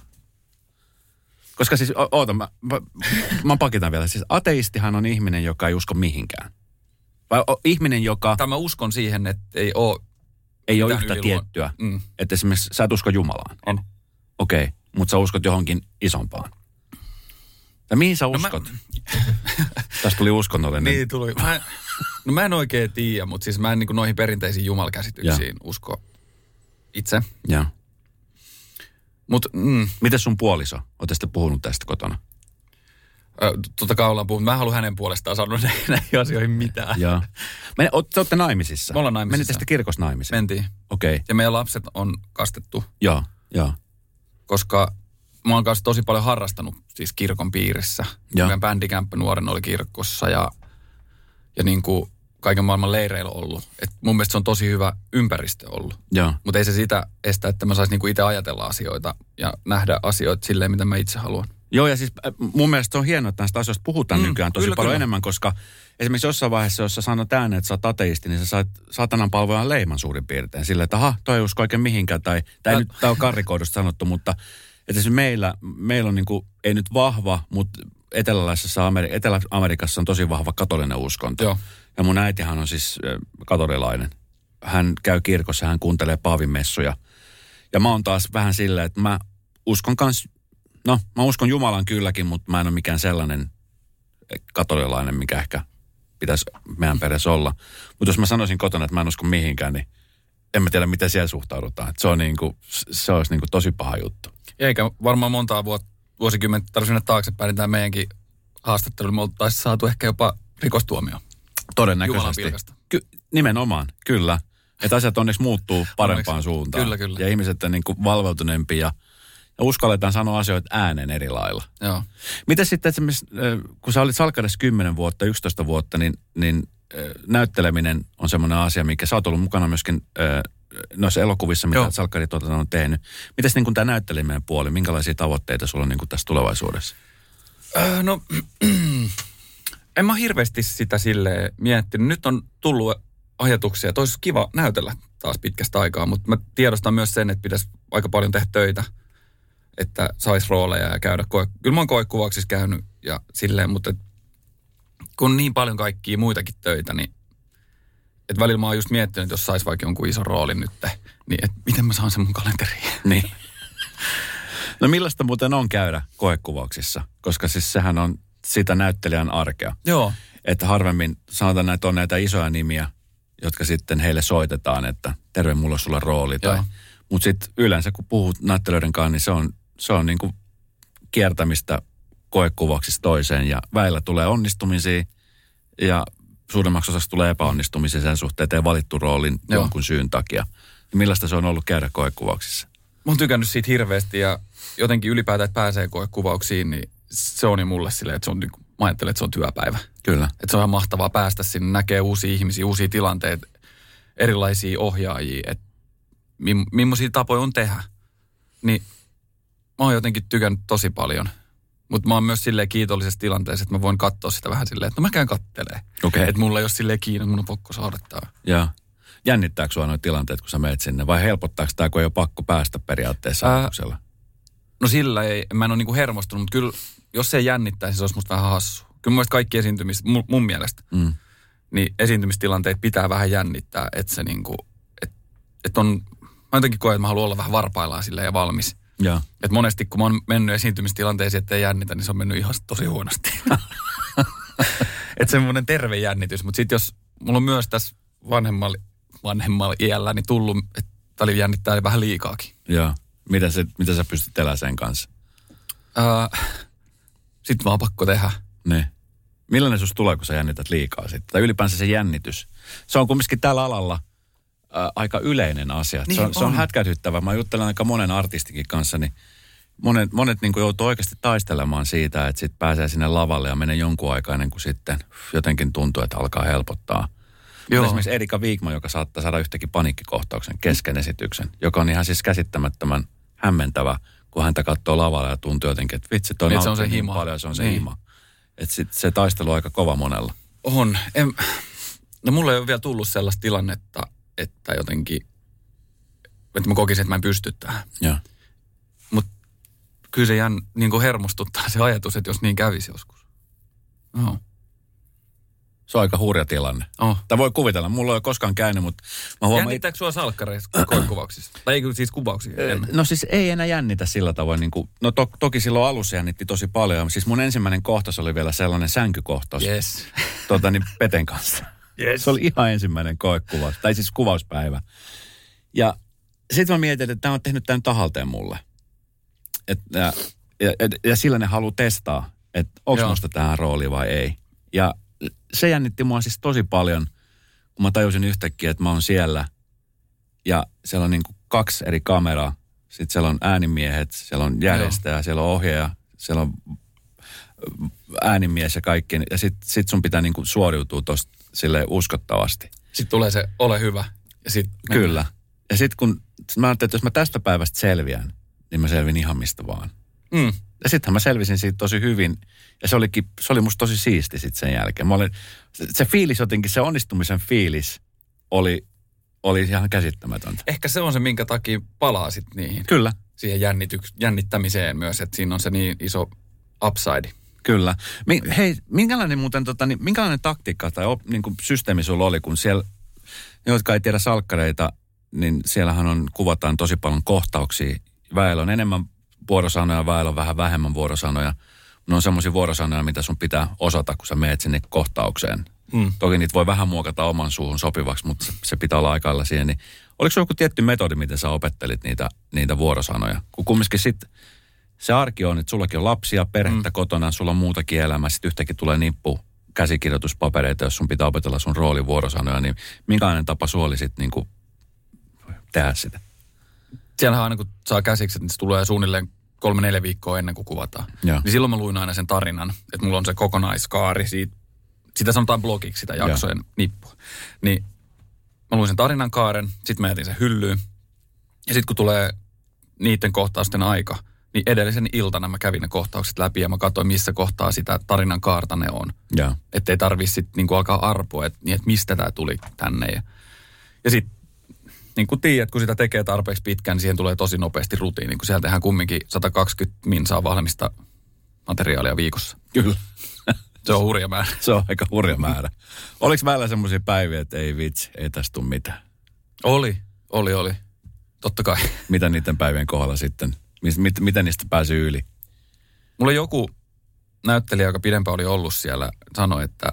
Koska siis, o- oota, mä, mä, mä pakitan vielä. Siis ateistihan on ihminen, joka ei usko mihinkään. Vai o, ihminen, joka... Tämä uskon siihen, että ei ole... Ei ole yhtä tiettyä. Mm. Että esimerkiksi sä et usko Jumalaan. En. Okei, okay, mutta sä uskot johonkin isompaan. Ja mihin sä uskot? No mä... Tästä tuli uskonnollinen. Niin tuli. Mä en, no mä en oikein tiedä, mutta siis mä en niin kuin noihin perinteisiin jumalkäsityksiin ja. usko itse. Joo. Mut, mm. Miten sun puoliso? Ootte sitten puhunut tästä kotona? Ö, totta kai ollaan puhunut. Mä en halua hänen puolestaan sanoa näihin asioihin mitään. Joo. Me, te olette naimisissa? Me ollaan naimisissa. Menitte sitten kirkossa naimisiin? Mentiin. Okei. Okay. Ja meidän lapset on kastettu. Joo, joo. Koska mä oon kanssa tosi paljon harrastanut siis kirkon piirissä. Joo. Meidän bändikämppä nuoren oli kirkossa ja, ja niin kuin kaiken maailman leireillä ollut. Et mun mielestä se on tosi hyvä ympäristö ollut. Mutta ei se sitä estä, että mä saisin niinku itse ajatella asioita ja nähdä asioita silleen, mitä mä itse haluan. Joo, ja siis mun mielestä se on hienoa, että näistä asioista puhutaan mm, nykyään tosi kyllä, paljon kyllä. enemmän, koska esimerkiksi jossain vaiheessa, jos sä sanot ääneen, että sä oot ateisti, niin sä saat saatanan palvelun leiman suurin piirtein. Silleen, että aha, toi ei usko oikein mihinkään, tai tämä nyt tää on karrikoidusta sanottu, mutta että esimerkiksi meillä, meillä on niin kuin, ei nyt vahva, mutta eteläläisessä Ameri- Etelä-Amerikassa on tosi vahva katolinen uskonto. Joo. Ja mun äitihän on siis katolilainen. Hän käy kirkossa, hän kuuntelee paavin messuja. Ja mä oon taas vähän silleen, että mä uskon kans, no mä uskon Jumalan kylläkin, mutta mä en ole mikään sellainen katolilainen, mikä ehkä pitäisi meidän perheessä olla. Mutta jos mä sanoisin kotona, että mä en usko mihinkään, niin en mä tiedä, miten siellä suhtaudutaan. Et se on niinku, se olisi niinku tosi paha juttu. Eikä varmaan montaa vuotta, vuosikymmentä tarvitse mennä taaksepäin, niin tämä meidänkin haastattelu, me oltaisiin saatu ehkä jopa rikostuomio. Todennäköisesti. Ky- nimenomaan, kyllä. Että asiat onneksi muuttuu parempaan onneksi. Suuntaan. Kyllä, kyllä. Ja ihmiset on niinku valveutuneempia ja, ja uskalletaan sanoa asioita ääneen eri lailla. Joo. Miten sitten esimerkiksi, kun sä olit Salkkarissa kymmenen vuotta, yksitoista vuotta, niin, niin näytteleminen on semmoinen asia, mikä sä oot ollut mukana myöskin noissa elokuvissa, mitä Salkkari tuotanto on tehnyt. Mites niin kuin tämä näytteleminen puoli, minkälaisia tavoitteita sulla on niin kuin tässä tulevaisuudessa? Öö, no, en mä hirveästi sitä silleen miettinyt. Nyt on tullut ajatuksia, että olisi kiva näytellä taas pitkästä aikaa, mutta mä tiedostan myös sen, että pitäisi aika paljon tehdä töitä, että saisi rooleja ja käydä koe. Kyllä mä oon koekuvauksissa käynyt ja silleen, mutta et, kun on niin paljon kaikkia muitakin töitä, niin että välillä mä oon just miettinyt, että jos sais vaikka jonkun ison roolin nyt, niin että miten mä saan sen mun kalenteriin. Niin. No millaista muuten on käydä koekuvauksissa? Koska siis sehän on sitä näyttelijän arkea. Joo. Että harvemmin sanotaan, että on näitä isoja nimiä, jotka sitten heille soitetaan, että terve, mulla on sulla rooli. Tai, mutta sitten yleensä kun puhut näyttelijöiden kanssa, niin se on, se on niin kuin kiertämistä koekuvauksista toiseen. Ja väillä tulee onnistumisia ja suuremmaksi osaksi tulee epäonnistumisia sen suhteen, että ei valittu roolin Joo. jonkun syyn takia. Millaista se on ollut käydä koekuvauksissa? Mä oon tykännyt siitä hirveästi ja jotenkin ylipäätään, että pääsee koekuvauksiin, niin se on jo mulle silleen, että se on, niin kuin, mä ajattelen, että se on työpäivä. Kyllä. Että se on ihan mahtavaa päästä sinne, näkee uusia ihmisiä, uusia tilanteita, erilaisia ohjaajia, että millaisia tapoja on tehdä. Niin mä oon jotenkin tykännyt tosi paljon. Mutta mä oon myös silleen kiitollisessa tilanteessa, että mä voin katsoa sitä vähän silleen, että no mä käyn kattelee. Okay. Että mulla ei ole silleen kiinni, mun on pakko saadettaa. Joo. Jännittääkö sua nuo tilanteet, kun sä menet sinne? Vai helpottaako tämä, kun ei ole pakko päästä periaatteessa ajatuksella? No sillä ei, mä en ole niinku hermostunut, mutta kyllä jos se ei jännittäisi, se olisi musta vähän hassu. Kyllä mun mielestä kaikki esiintymis, mun, mun mielestä, mm. niin esiintymistilanteet pitää vähän jännittää, että se niinku, että et on, mä jotenkin koen, että mä haluan olla vähän varpaillaan silleen ja valmis. Joo. Että monesti kun mä oon mennyt esiintymistilanteisiin, ettei jännitä, niin se on mennyt ihan tosi huonosti. Että semmoinen terve jännitys, mutta sitten jos mulla on myös tässä vanhemmalla, vanhemmalla iällä niin tullut, että tää oli jännittää vähän liikaakin. Joo. Mitä, se, mitä sä pystyt elämään sen kanssa? Öö, sitten vaan pakko tehdä. Niin. Millainen susta tulee, kun sä jännität liikaa sitten? Tai ylipäänsä se jännitys. Se on kumminkin tällä alalla ää, aika yleinen asia. Niin se, on, on. se on hätkähdyttävä. Mä juttelen aika monen artistikin kanssa, niin monet, monet niin kuin joutuu oikeasti taistelemaan siitä, että sitten pääsee sinne lavalle ja menee jonkun aikaa ennen kuin sitten jotenkin tuntuu, että alkaa helpottaa. Joo. Esimerkiksi Erika Wigman, joka saattaa saada yhtäkin paniikkikohtauksen kesken esityksen, joka on ihan siis käsittämättömän hämmentävä, kun häntä katsoo lavalla ja tuntuu jotenkin, että vitsi, toi se on se niin hima. paljon, se on se niin. hima. Että sit se taistelu on aika kova monella. On. En, no mulla ei ole vielä tullut sellaista tilannetta, että jotenkin, että mä kokisin, että mä en pysty tähän. Joo. Mutta kyllä se jään, niin kuin hermostuttaa se ajatus, että jos niin kävisi joskus. Joo. Se on aika hurja tilanne. Oh. Tai voi kuvitella. Mulla ei ole koskaan käynyt, mutta mä huomaan... Jännittääkö sua salkkareissa koekuvauksissa? Tai eikö siis kuvauksia ennen? No siis ei enää jännitä sillä tavoin. Niin kuin, no to, toki silloin alussa jännitti tosi paljon. Siis mun ensimmäinen kohtaus oli vielä sellainen sänkykohtaus. Yes. Tota niin Peten kanssa. Yes. Se oli ihan ensimmäinen koekuvaus. Tai siis kuvauspäivä. Ja sitten mä mietin, että tämä on tehnyt tämän tahalteen mulle. Et, ja, ja, ja sillä ne haluaa testaa, että onko musta tähän rooli vai ei. Ja se jännitti mua siis tosi paljon, kun mä tajusin yhtäkkiä, että mä oon siellä ja siellä on niin kuin kaksi eri kameraa. Sitten siellä on äänimiehet, siellä on järjestäjä, Joo. siellä on ohjaaja, siellä on äänimies ja kaikki. Ja sitten sit sun pitää niin kuin suoriutua tosta silleen uskottavasti. Sitten tulee se ole hyvä. Ja sit Kyllä. Ja sitten kun mä ajattelin, että jos mä tästä päivästä selviän, niin mä selvin ihan mistä vaan. Mm. Ja sittenhän mä selvisin siitä tosi hyvin. Ja se, olikin, se oli musta tosi siisti sitten sen jälkeen. Mä olin, se, se fiilis jotenkin, se onnistumisen fiilis oli, oli ihan käsittämätöntä. Ehkä se on se, minkä takia palaa sitten niihin. Kyllä. Siihen jännityks, jännittämiseen myös, että siinä on se niin iso upside. Kyllä. Mi, hei, minkälainen muuten, tota, niin, minkälainen taktiikka tai op, niin kuin systeemi sulla oli, kun siellä, jotka ei tiedä salkkareita, niin siellähän on, kuvataan tosi paljon kohtauksia. Väellä on enemmän vuorosanoja, väellä on vähän vähemmän vuorosanoja. Ne on semmoisia vuorosanoja, mitä sun pitää osata, kun sä meet sinne kohtaukseen. Hmm. Toki niitä voi vähän muokata oman suuhun sopivaksi, mutta se, se pitää olla aika lailla siihen. Niin, oliko se joku tietty metodi, miten sä opettelit niitä, niitä vuorosanoja? Kun kumminkin sitten se arki on, että sullakin on lapsia, perhettä hmm. kotona, sulla on muutakin elämää, sitten yhtäkkiä tulee nippu käsikirjoituspapereita, jos sun pitää opetella sun roolin vuorosanoja, niin minkälainen tapa sulla oli sitten niin tehdä sitä? Siellähän aina kun saa käsiksi, että se tulee suunnilleen kolme, neljä viikkoa ennen kuin kuvataan. Ja. Niin silloin mä luin aina sen tarinan, että mulla on se kokonaiskaari siitä, sitä sanotaan blogiksi, sitä jaksojen ja. nippua. Niin mä luin sen tarinan kaaren, sit mä jätin sen hyllyyn. Ja sit kun tulee niiden kohtausten aika, niin edellisen iltana mä kävin ne kohtaukset läpi ja mä katsoin, missä kohtaa sitä tarinan kaarta ne on. Että ei tarvii sit niinku alkaa arpoa, että niin, et mistä tää tuli tänne. Ja, ja sit niin kuin tiedät, kun sitä tekee tarpeeksi pitkään, niin siihen tulee tosi nopeasti rutiini, kun siellä tehdään kumminkin sata kaksikymmentä minsaa valmista materiaalia viikossa. Kyllä. Se on hurja määrä. Se on aika hurja määrä. Oliko meillä semmoisia päiviä, että ei vitsi, ei tästä tule mitään? Oli, oli, oli. Totta kai. Mitä niiden päivien kohdalla sitten? Mit, miten niistä pääsi yli? Mulla joku näyttelijä, joka pidempään oli ollut siellä, sanoi, että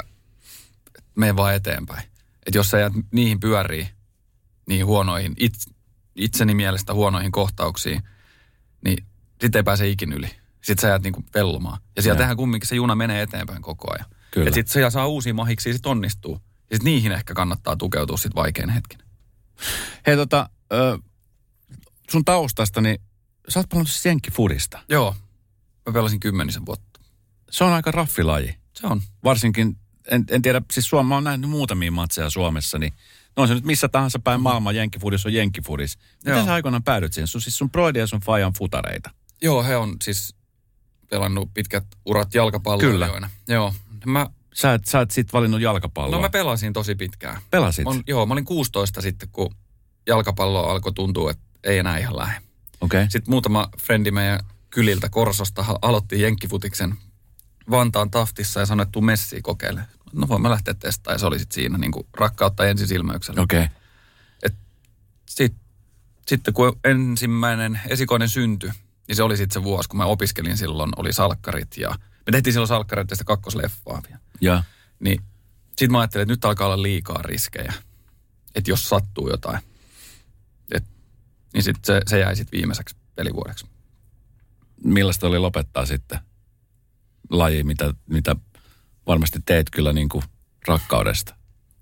mene vaan eteenpäin. Että jos sä jäät niihin pyöriin, niihin huonoihin, itse, itseni mielestä huonoihin kohtauksiin, niin sitten ei pääse ikin yli. Sitten sä jäät niinku vellomaan. Ja siellä tehdään kumminkin, se juna menee eteenpäin koko ajan. Että sitten se saa uusia mahiksi ja sitten onnistuu. Ja sitten niihin ehkä kannattaa tukeutua sitten vaikein hetkinä. Hei tota, ö, sun taustasta, niin sä oot pelannut siis jenkkifudista. Joo, mä pelasin kymmenisen vuotta. Se on aika raffilaji. Se on. Varsinkin, en, en tiedä, siis Suomessa, mä oon nähnyt muutamia matseja Suomessa, niin no on se nyt missä tahansa päin maailman jenkkifudis on jenkkifudis. Miten sä aikoinaan päädyt siihen? Sun, siis sun broidi ja sun fajan futareita. Joo, he on siis pelannut pitkät urat jalkapalloilijoina. Kyllä. Joo. Mä, sä et, sä et sit valinnut jalkapalloa. No mä pelasin tosi pitkään. Pelasit? On, joo, mä olin kuusitoista sitten, kun jalkapallo alkoi tuntua, että ei enää ihan lähe. Okei. Okay. Sitten muutama frendi meidän kyliltä Korsosta aloitti jenkkifutiksen Vantaan Taftissa ja sanoi, että tuu messiin kokeile. No voin mä lähteä testaamaan ja se oli sitten siinä niin kuin rakkautta ensisilmäyksellä. Okei. Okay. Sit, sitten kun ensimmäinen esikoinen syntyi, niin se oli sitten se vuosi, kun mä opiskelin silloin, oli salkkarit ja me tehtiin silloin salkkarit ja sitä kakkosleffaa vielä. Ja. Niin sitten mä ajattelin, että nyt alkaa olla liikaa riskejä, että jos sattuu jotain. Et, niin sitten se, se jäi sitten viimeiseksi pelivuodeksi. Millaista oli lopettaa sitten laji, mitä, mitä varmasti teet kyllä niin kuin rakkaudesta?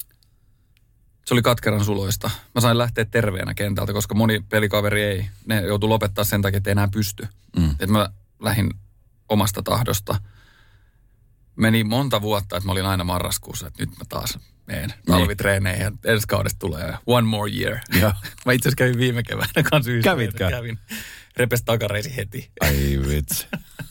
Se oli katkeran suloista. Mä sain lähteä terveenä kentältä, koska moni pelikaveri ei. Ne joutui lopettaa sen takia, että ei enää pysty. Mm. Että mä lähdin omasta tahdosta. Meni monta vuotta, että mä olin aina marraskuussa, että nyt mä taas menen talvitreeneihin ja ensi kaudesta tulee one more year. Ja. Mä itse asiassa kävin viime keväänä kanssa yhdessä. Kävitkö? Kävin. Repes takareisi heti. Ai vitsi.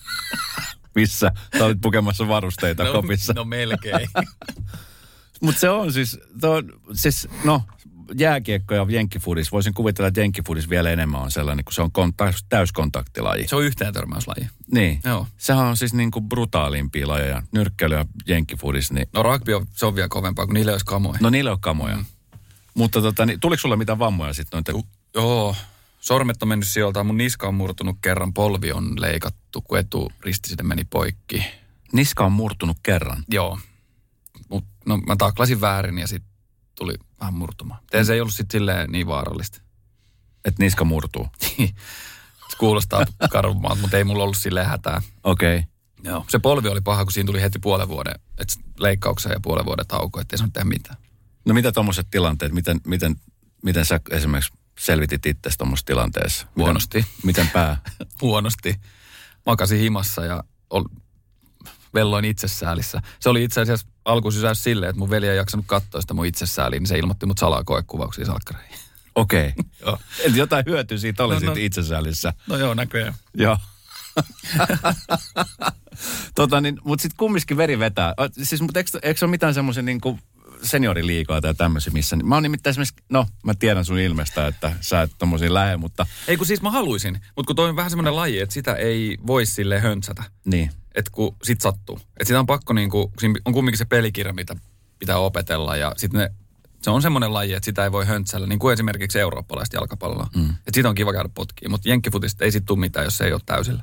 Missä? Sä olit pukemassa varusteita no, kopissa. No melkein. Mutta se on siis, on, siis no jääkiekko ja jenkkifudis. Voisin kuvitella, että jenkkifudis vielä enemmän on sellainen, kun se on kont- täyskontaktilaji. Se on yhteentörmäyslaji. Niin. Joo. Sehän on siis niinku brutaalimpia lajeja. Nyrkkeily ja jenkkifudis. Niin. No rugby on, se on vielä kovempaa, kun niillä ei olisi kamoja. No niillä ei ole kamoja. Mm. Mutta tota, niin, tuliko sulle mitään vammoja sitten? Noita... Joo. Sormet on mennyt sieltä. Mun niska on murtunut kerran. Polvi on leikattu, kun eturisti sitten meni poikki. Niska on murtunut kerran? Joo. Mut, no mä taklasin väärin ja sitten tuli vähän murtumaan. Mm. Se ei ollut sitten silleen niin vaarallista. Että niska murtuu? Se kuulostaa karvumaalta, mutta ei mulla ollut silleen hätää. Okei. Okay. Joo. Se polvi oli paha, kun siinä tuli heti puolen vuoden, että leikkauksen ja puolen vuoden tauko, ettei saanut tehdä mitään. No mitä tommoset tilanteet, miten, miten, miten sä esimerkiksi selvitit itsestä tommosessa tilanteessa? Miten, Huonosti. Miten pää? Huonosti. Makasin himassa ja ol, velloin itsesäälissä. Se oli itse asiassa alkusysäys silleen, että mun veli ei jaksanut katsoa sitä mun itsesääliä, niin se ilmoitti mut salaa koekuvauksia salkkareihin. Okei. Okay. Jotain hyötyä siitä oli no, sitten no, itsesäälissä. No joo, näköjään. Joo. tota niin, mutta sitten kumminkin veri vetää. Siis, mutta eikö, eikö ole mitään semmoisen niin kuin senioriliigaa tai tämmöisiä, missä... Mä oon nimittäin esimerkiksi... No, mä tiedän sun ilmestä, että sä et tommosia lähe, mutta... Ei kun siis mä haluaisin, mutta kun toi on vähän semmoinen laji, että sitä ei voi silleen höntsätä. Niin. Että kun sit sattuu. Että sitä on pakko niinku... Siinä on kumminkin se pelikirja, mitä pitää opetella ja sitten ne... Se on semmoinen laji, että sitä ei voi höntsällä, niin kuin esimerkiksi eurooppalaista jalkapalloa. Mm. Että siitä on kiva käydä potkiin, mutta jenkkifutista ei sit tule mitään, jos se ei ole täysillä.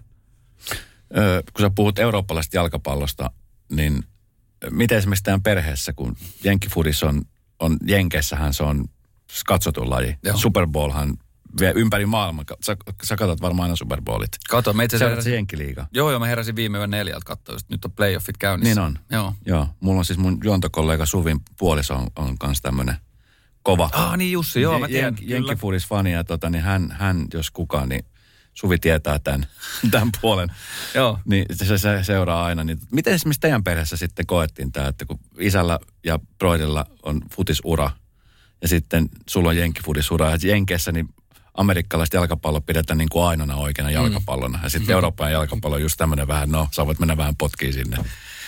Öö, kun sä puhut eurooppalaisesta jalkapallosta, niin miten esimerkiksi teidän perheessä, kun jenkkifudis on, on Jenkeissähän se on katsotun laji. Joo. Super Bowlhan vie ympäri maailman. Sä, sä katsot varmaan aina Super Bowlit. Kato, me itse asiassa... Se jenkkiliiga. Joo, joo, mä heräsin viime yön neljältä katsoa, nyt on playoffit käynnissä. Niin on. Joo. Joo. Mulla on siis mun juontokollega Suvin puoliso on, on kans tämmönen kova. Ah niin Jussi, joo, mä tiedän. Jen, jenkkifudis-fani ja tota, niin hän, hän, jos kukaan, niin Suvi tietää tämän, tämän puolen. Joo. Niin se, se seuraa aina. Niin, miten esimerkiksi teidän perheessä sitten koettiin tämä, että kun isällä ja broidilla on futisura ja sitten sulla on jenkkifudisura ja Jenkeissä niin amerikkalaista jalkapalloa pidetään niin kuin ainoana oikeana jalkapallona. Ja sitten mm. Euroopan jalkapallo on just tämmöinen vähän, no sä voit mennä vähän potkiin sinne.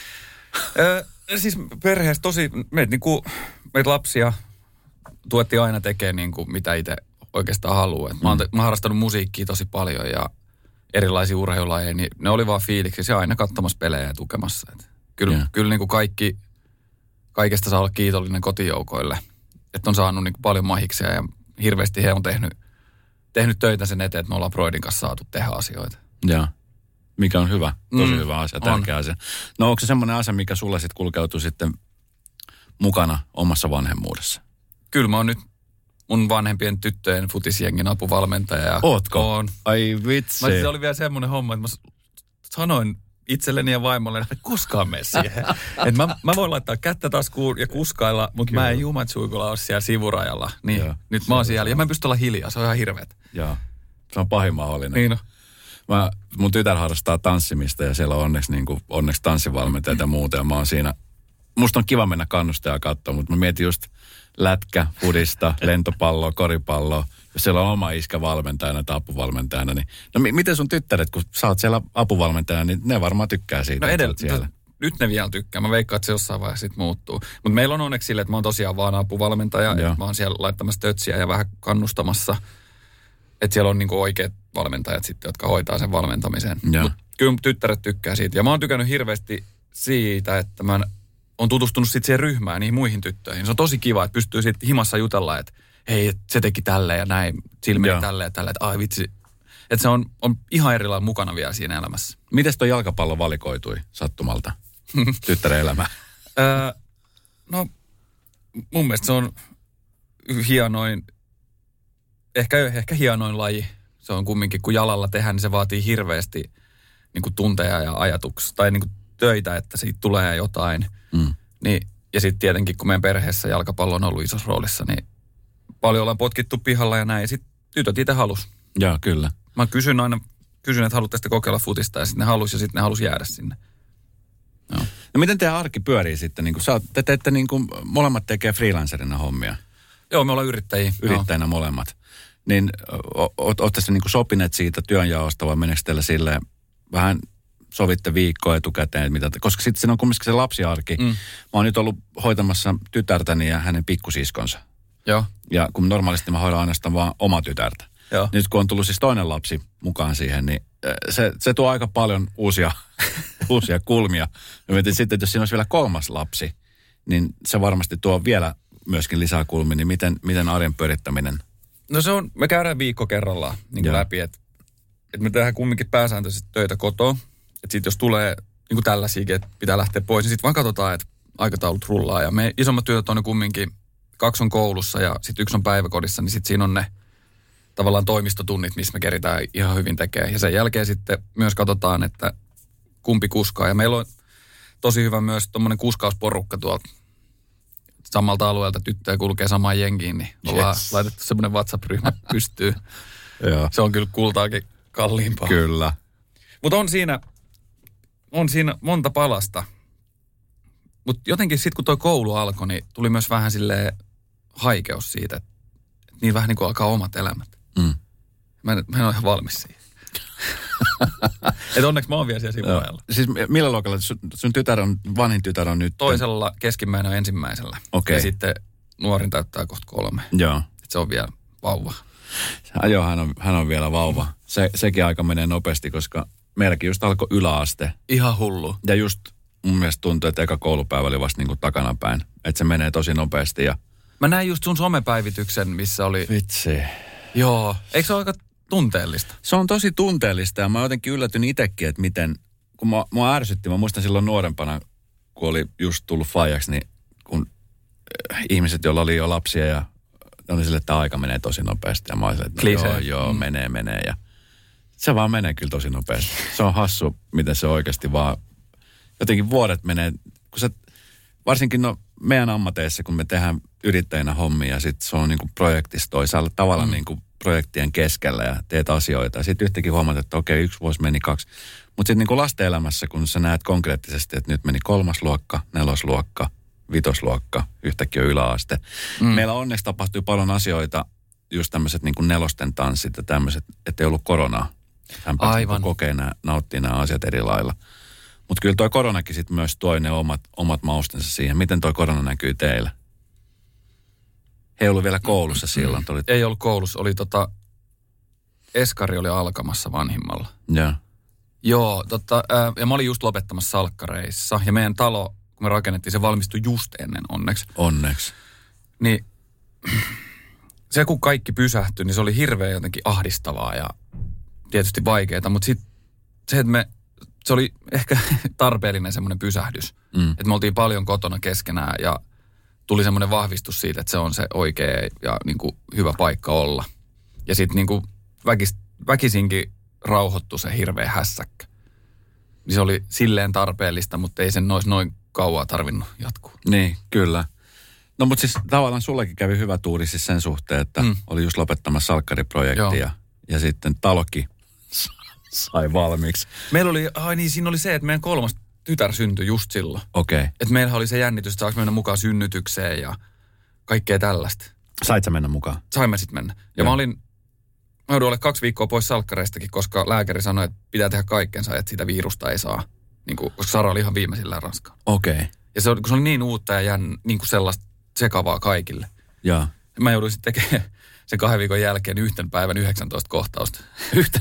Öö, siis perheessä tosi, meitä niinku, meitä lapsia tuettiin aina tekemään niinku, mitä itse oikeastaan haluaa. Mä oon, mm. mä oon harrastanut musiikkia tosi paljon ja erilaisia urheilulajeja, niin ne oli vaan fiiliksissä ja aina katsomassa pelejä ja tukemassa. Et kyllä yeah. kyllä niinku kaikki, kaikesta saa olla kiitollinen kotijoukoille, että on saanut niinku paljon mahiksia ja hirveästi he on tehnyt, tehnyt töitä sen eteen, että me ollaan Broidin kanssa saatu tehdä asioita. Joo, mikä on hyvä, tosi mm. hyvä asia, tärkeä on. asia. No onko se semmoinen asia, mikä sulla sitten kulkeutuu sitten mukana omassa vanhemmuudessa? Kyllä mä oon nyt mun vanhempien tyttöjen futisjengin apuvalmentaja. Ootko? Oon. Ai vitsi. Mä siis oli vielä semmoinen homma, että mä sanoin itselleni ja vaimolle, että koskaan mene siihen. Että mä, mä voin laittaa kättä taskuun ja kuskailla, mutta Kyllä. mä en jumatsuikolla ole siellä sivurajalla. Niin Joo, nyt mä oon siellä ja mä en pysty olla hiljaa, se on ihan hirveet. Joo, se on pahin mahdollinen. Niin on. Mä, mun tytär harrastaa tanssimista ja siellä on onneksi, niin kuin, onneksi tanssivalmentajat ja muuta. Ja mä oon siinä, musta on kiva mennä kannustajaa katsoa, mutta mä mietin just lätkä, fudista, lentopalloa, koripalloa. Jos siellä on oma iskä valmentajana tai apuvalmentajana, niin no m- miten sun tyttäret, kun sä oot siellä apuvalmentajana, niin ne varmaan tykkää siitä. No edelleen, nyt ne vielä tykkää. Mä veikkaan, että se jossain vaiheessa sit muuttuu. Mutta meillä on onneksi sille, että mä oon tosiaan vaan apuvalmentaja. Että mä oon siellä laittamassa tötsiä ja vähän kannustamassa. Että siellä on niinku oikeat valmentajat sitten, jotka hoitaa sen valmentamisen. Mutta kyllä tyttäret tykkää siitä. Ja mä oon tykännyt hirveästi siitä, että mä oon tutustunut sitten siihen ryhmään, niihin muihin tyttöihin. Se on tosi kiva, että pystyy sitten himassa jutella, että hei, se teki tälleen ja näin, silmeni tälleen ja tälleen, että ai vitsi. Että se on, on ihan erilainen mukana vielä siinä elämässä. Mites toi jalkapallo valikoitui sattumalta tyttären elämään? öö, no, mun mielestä se on hienoin, ehkä, ehkä hienoin laji. Se on kumminkin, kun jalalla tehdään, niin se vaatii hirveästi niin kuin tunteja ja ajatuksia, tai niin kuin töitä, että siitä tulee jotain. Mm. Niin, ja sitten tietenkin, kun meidän perheessä jalkapallo on ollut isossa roolissa, niin paljon ollaan potkittu pihalla ja näin. Ja sitten tytöt itse halus. Joo, kyllä. Mä kysyn aina, kysyn, että haluatte sitten kokeilla futista, ja sitten ne halus, ja sitten ne halus jäädä sinne. Joo. No miten teidän arki pyörii sitten? Niin kun sä, te teette niin kuin, molemmat tekee freelancerina hommia. Joo, me ollaan yrittäjiä. Yrittäjinä Joo. molemmat. Niin ootte sitten niin kuin sopineet siitä työnjaosta, vai meneekö teillä silleen vähän sovitte viikkoa etukäteen, mitä te, koska sitten siinä on kumminkin se lapsiarki. Mm. Mä oon nyt ollut hoitamassa tytärtäni ja hänen pikkusiskonsa. Joo. Ja kun normaalisti mä hoidan ainoastaan vaan oma tytärtä. Joo. Nyt kun on tullut siis toinen lapsi mukaan siihen, niin se, se tuo aika paljon uusia, uusia kulmia. Ja mietin sitten, että jos siinä olisi vielä kolmas lapsi, niin se varmasti tuo vielä myöskin lisää kulmia. Niin miten, miten arjen pyörittäminen? No se on, me käydään viikko kerrallaan niin läpi, että et me tehdään kumminkin pääsääntöisesti töitä kotoa. Että sitten jos tulee niin kuin tällaisiakin, että pitää lähteä pois, niin sitten vaan katsotaan, että aikataulut rullaa. Ja me isommat työt on ne kumminkin, kaksi on koulussa ja sitten yksi on päiväkodissa, niin sitten siinä on ne tavallaan toimistotunnit, missä me keritään ihan hyvin tekemään. Ja sen jälkeen sitten myös katsotaan, että kumpi kuskaa. Ja meillä on tosi hyvä myös tuommoinen kuskausporukka tuolta samalta alueelta, tyttöjä kulkee samaan jengiin, niin ollaan yes. laitettu semmoinen WhatsApp-ryhmä pystyy. Se on kyllä kultaakin kalliimpaa. Kyllä. Mutta on siinä, on siinä monta palasta. Mutta jotenkin sitten kun toi koulu alkoi, niin tuli myös vähän silleen haikeus siitä, että niin vähän niin kuin alkaa omat elämät. Mm. Mä, en, mä en ole ihan valmis siihen. Et onneksi mä oon vielä siellä sivurajalla. Siis millä luokalla? Sun, sun tytär on, vanhin tytär on nyt? Toisella, keskimmäinen on ensimmäisellä. Okei. Ja sitten nuorin täyttää kohta kolme. Joo. Et se on vielä vauva. Ja, joo, hän on, hän on vielä vauva. Se, sekin aika menee nopeasti, koska meilläkin just alkoi yläaste. Ihan hullu. Ja just mun mielestä tuntuu, että eka koulupäivä oli vasta niin kuin takanapäin. Että se menee tosi nopeasti ja... Mä näin just sun somepäivityksen, missä oli... Vitsi. Joo. Eikö se ole aika tunteellista? Se on tosi tunteellista ja mä jotenkin yllätyn itsekin, että miten... Kun mua, mua ärsytti, mä muistan silloin nuorempana, kun oli just tullut faijaksi, niin kun ihmiset, joilla oli jo lapsia ja oli sille, että aika menee tosi nopeasti. Ja mä olin sille, että no, joo, joo, mm. menee, menee. Ja se vaan menee kyllä tosi nopeasti. Se on hassu, miten se oikeasti vaan... Jotenkin vuodet menee, kun sä... Varsinkin no, meidän ammateissa, kun me tehdään yrittäjänä hommia ja sitten se on niin kuin projektissa toisaalla tavalla mm. niin kuin projektien keskellä ja teet asioita. Ja sitten yhtäkkiä huomaat, että okei, yksi vuosi meni kaksi. Mutta sitten niin kuin lasten elämässä, kun sä näet konkreettisesti, että nyt meni kolmas luokka, nelosluokka, vitosluokka, yhtäkkiä yläaste. Mm. Meillä onneksi tapahtui paljon asioita, just tämmöiset niin kuin nelosten tanssit ja tämmöiset, että ei ollut koronaa. Hän pääsi niin kokea nämä, nauttia nämä asiat eri lailla. Mutta kyllä toi koronakin sitten myös toi ne omat, omat maustensa siihen. Miten toi korona näkyy teillä? He ei ollut vielä koulussa silloin. Oli... Ei ollut koulussa. Oli tota, eskari oli alkamassa vanhimmalla. Joo. Joo, tota, ää, ja mä olin just lopettamassa salkkareissa. Ja meidän talo, kun me rakennettiin, se valmistui just ennen onneksi. Onneksi. Niin se kun kaikki pysähtyi, niin se oli hirveän jotenkin ahdistavaa ja tietysti vaikeaa. Mutta sitten se, että me... Se oli ehkä tarpeellinen semmoinen pysähdys. Mm. Että me oltiin paljon kotona keskenään ja tuli semmoinen vahvistus siitä, että se on se oikea ja niin kuin hyvä paikka olla. Ja sitten niin kuin väkis, väkisinkin rauhoittui se hirveä hässäkkä. Niin se oli silleen tarpeellista, mutta ei sen olisi noin kauan tarvinnut jatkuu. Niin, kyllä. No mutta siis tavallaan sullakin kävi hyvä tuuri siis sen suhteen, että mm. oli just lopettamassa salkkariprojektia ja, ja sitten talokin sai valmiiksi. Meillä oli, ai niin, siinä oli se, että meidän kolmas tytär syntyi just silloin. Okei. Okay. Että meillä oli se jännitys, että saako mennä mukaan synnytykseen ja kaikkea tällaista. Sait sä mennä mukaan? Saimme sitten mennä. Ja Joo. mä olin, mä joudun olla kaksi viikkoa pois salkkareistakin, koska lääkäri sanoi, että pitää tehdä kaikkensa, että sitä virusta ei saa. Niin kuin, koska Sara oli ihan viimeisillään raskaan. Okei. Okay. Ja se, kun se oli niin uutta ja jänn, niin kuin sellaista sekavaa kaikille. Joo. Mä jouduin sitten tekemään sen kahden viikon jälkeen yhten päivän yhdeksäntoista kohtausta. Yhten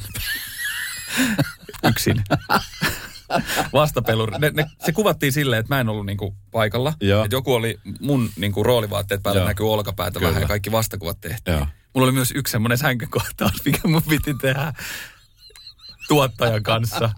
Yksin. Vastapeluri. Ne, ne, se kuvattiin silleen, että mä en ollut niinku paikalla. Että joku oli mun niinku roolivaatteet päällä, Joo. näkyy olkapäätä Kyllä. vähän ja kaikki vastakuvat tehtiin. Joo. Mulla oli myös yksi semmoinen sänkykohtaus, mikä mun piti tehdä tuottajan kanssa.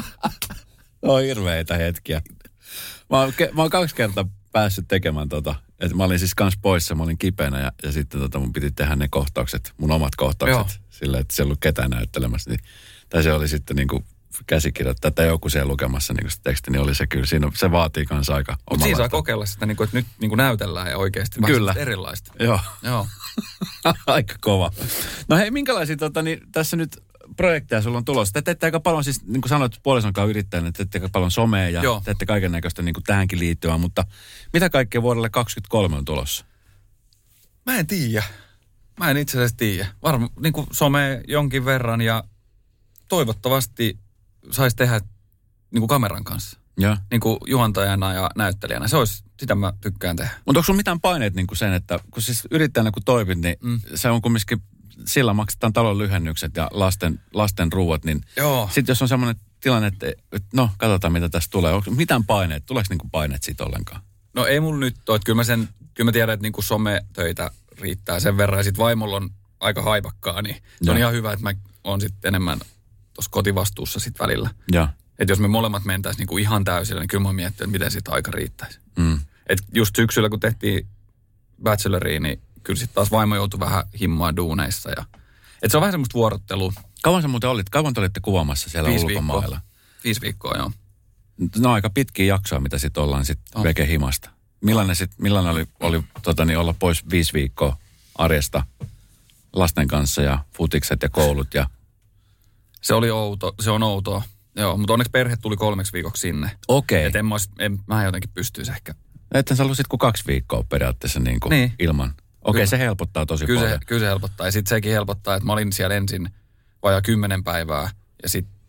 No hirveitä hetkiä. Mä oon, mä oon kaksi kertaa päässyt tekemään tota. Että mä olin siis kans poissa, mä olin kipeänä ja, ja sitten tota mun piti tehdä ne kohtaukset, mun omat kohtaukset. Silleen, että siellä ei ollut ketään näyttelemässä. Niin, tai se oli sitten niinku käsikirjoittaa tai joku siellä lukemassa niinku se teksti, niin oli se kyllä. Siinä, se vaatii kans aika omalla. Mutta siinä saa kokeilla sitä, niinku, että nyt niinku näytellään ja oikeasti kyllä. erilaista. Joo. Joo. Aika kova. No hei, minkälaisia tota, niin, tässä nyt projekteja sulla on tulossa? Te teette aika paljon, siis niin kuin sanoit puolisonkaan yrittäjänä, teette aika paljon somea ja Joo. teette kaiken näköistä niin kuin tähänkin liittyvää, mutta mitä kaikkea vuodelle kaksikymmentäkolme on tulossa? Mä en tiedä. Mä en itse asiassa tiedä. Varmaan niin kuin some jonkin verran ja toivottavasti saisi tehdä niin kuin kameran kanssa. Ja. Niin kuin juontajana ja näyttelijänä. Se olisi, sitä mä tykkään tehdä. Mutta onko sulla mitään paineet niin kuin sen, että kun siis yrittäjänä kun toimit, niin mm. se on kumminkin, sillä maksetaan talon lyhennykset ja lasten, lasten ruuat, niin sitten jos on semmoinen tilanne, että no katsotaan mitä tässä tulee. Onko mitään paineet? Tuleeko niin kuin paineet siitä ollenkaan? No ei mulla nyt ole, että kyllä mä, sen, kyllä mä tiedän, että niin kuin sometöitä riittää sen verran ja sitten vaimolla on aika haipakkaa, niin se ja. on ihan hyvä, että mä oon sitten enemmän tuossa kotivastuussa sitten välillä. Ja. Että jos me molemmat mentäisiin niinku ihan täysillä, niin kyllä mä miettinyt, että miten siitä aika riittäisi. Mm. Että just syksyllä, kun tehtiin Bacheloriin, niin kyllä sitten taas vaimo joutui vähän himmaa duuneissa. Ja... Että se on vähän semmoista vuorottelua. Kauan sä muuten olit? Kauan te olitte kuvaamassa siellä Viisi ulkomailla? Viikkoa. Viisi viikkoa, joo. No aika pitkiä jaksoa, mitä sitten ollaan sitten oh. veke himasta. Millainen, sit, millainen oli, oli tota, niin olla pois viisi viikkoa arjesta lasten kanssa ja futikset ja koulut ja... Se oli outo, se on outoa. Joo, mutta onneksi perhe tuli kolmeksi viikoksi sinne. Okei. Että en mä, ois, en, mä jotenkin pystyisi ehkä. Että sä haluaisit kuin kaksi viikkoa periaatteessa niin kuin niin. ilman. Okei, se helpottaa tosi kyllä paljon. Se, kyllä se helpottaa. Ja sitten sekin helpottaa, että mä olin siellä ensin vajaa kymmenen päivää. Ja sitten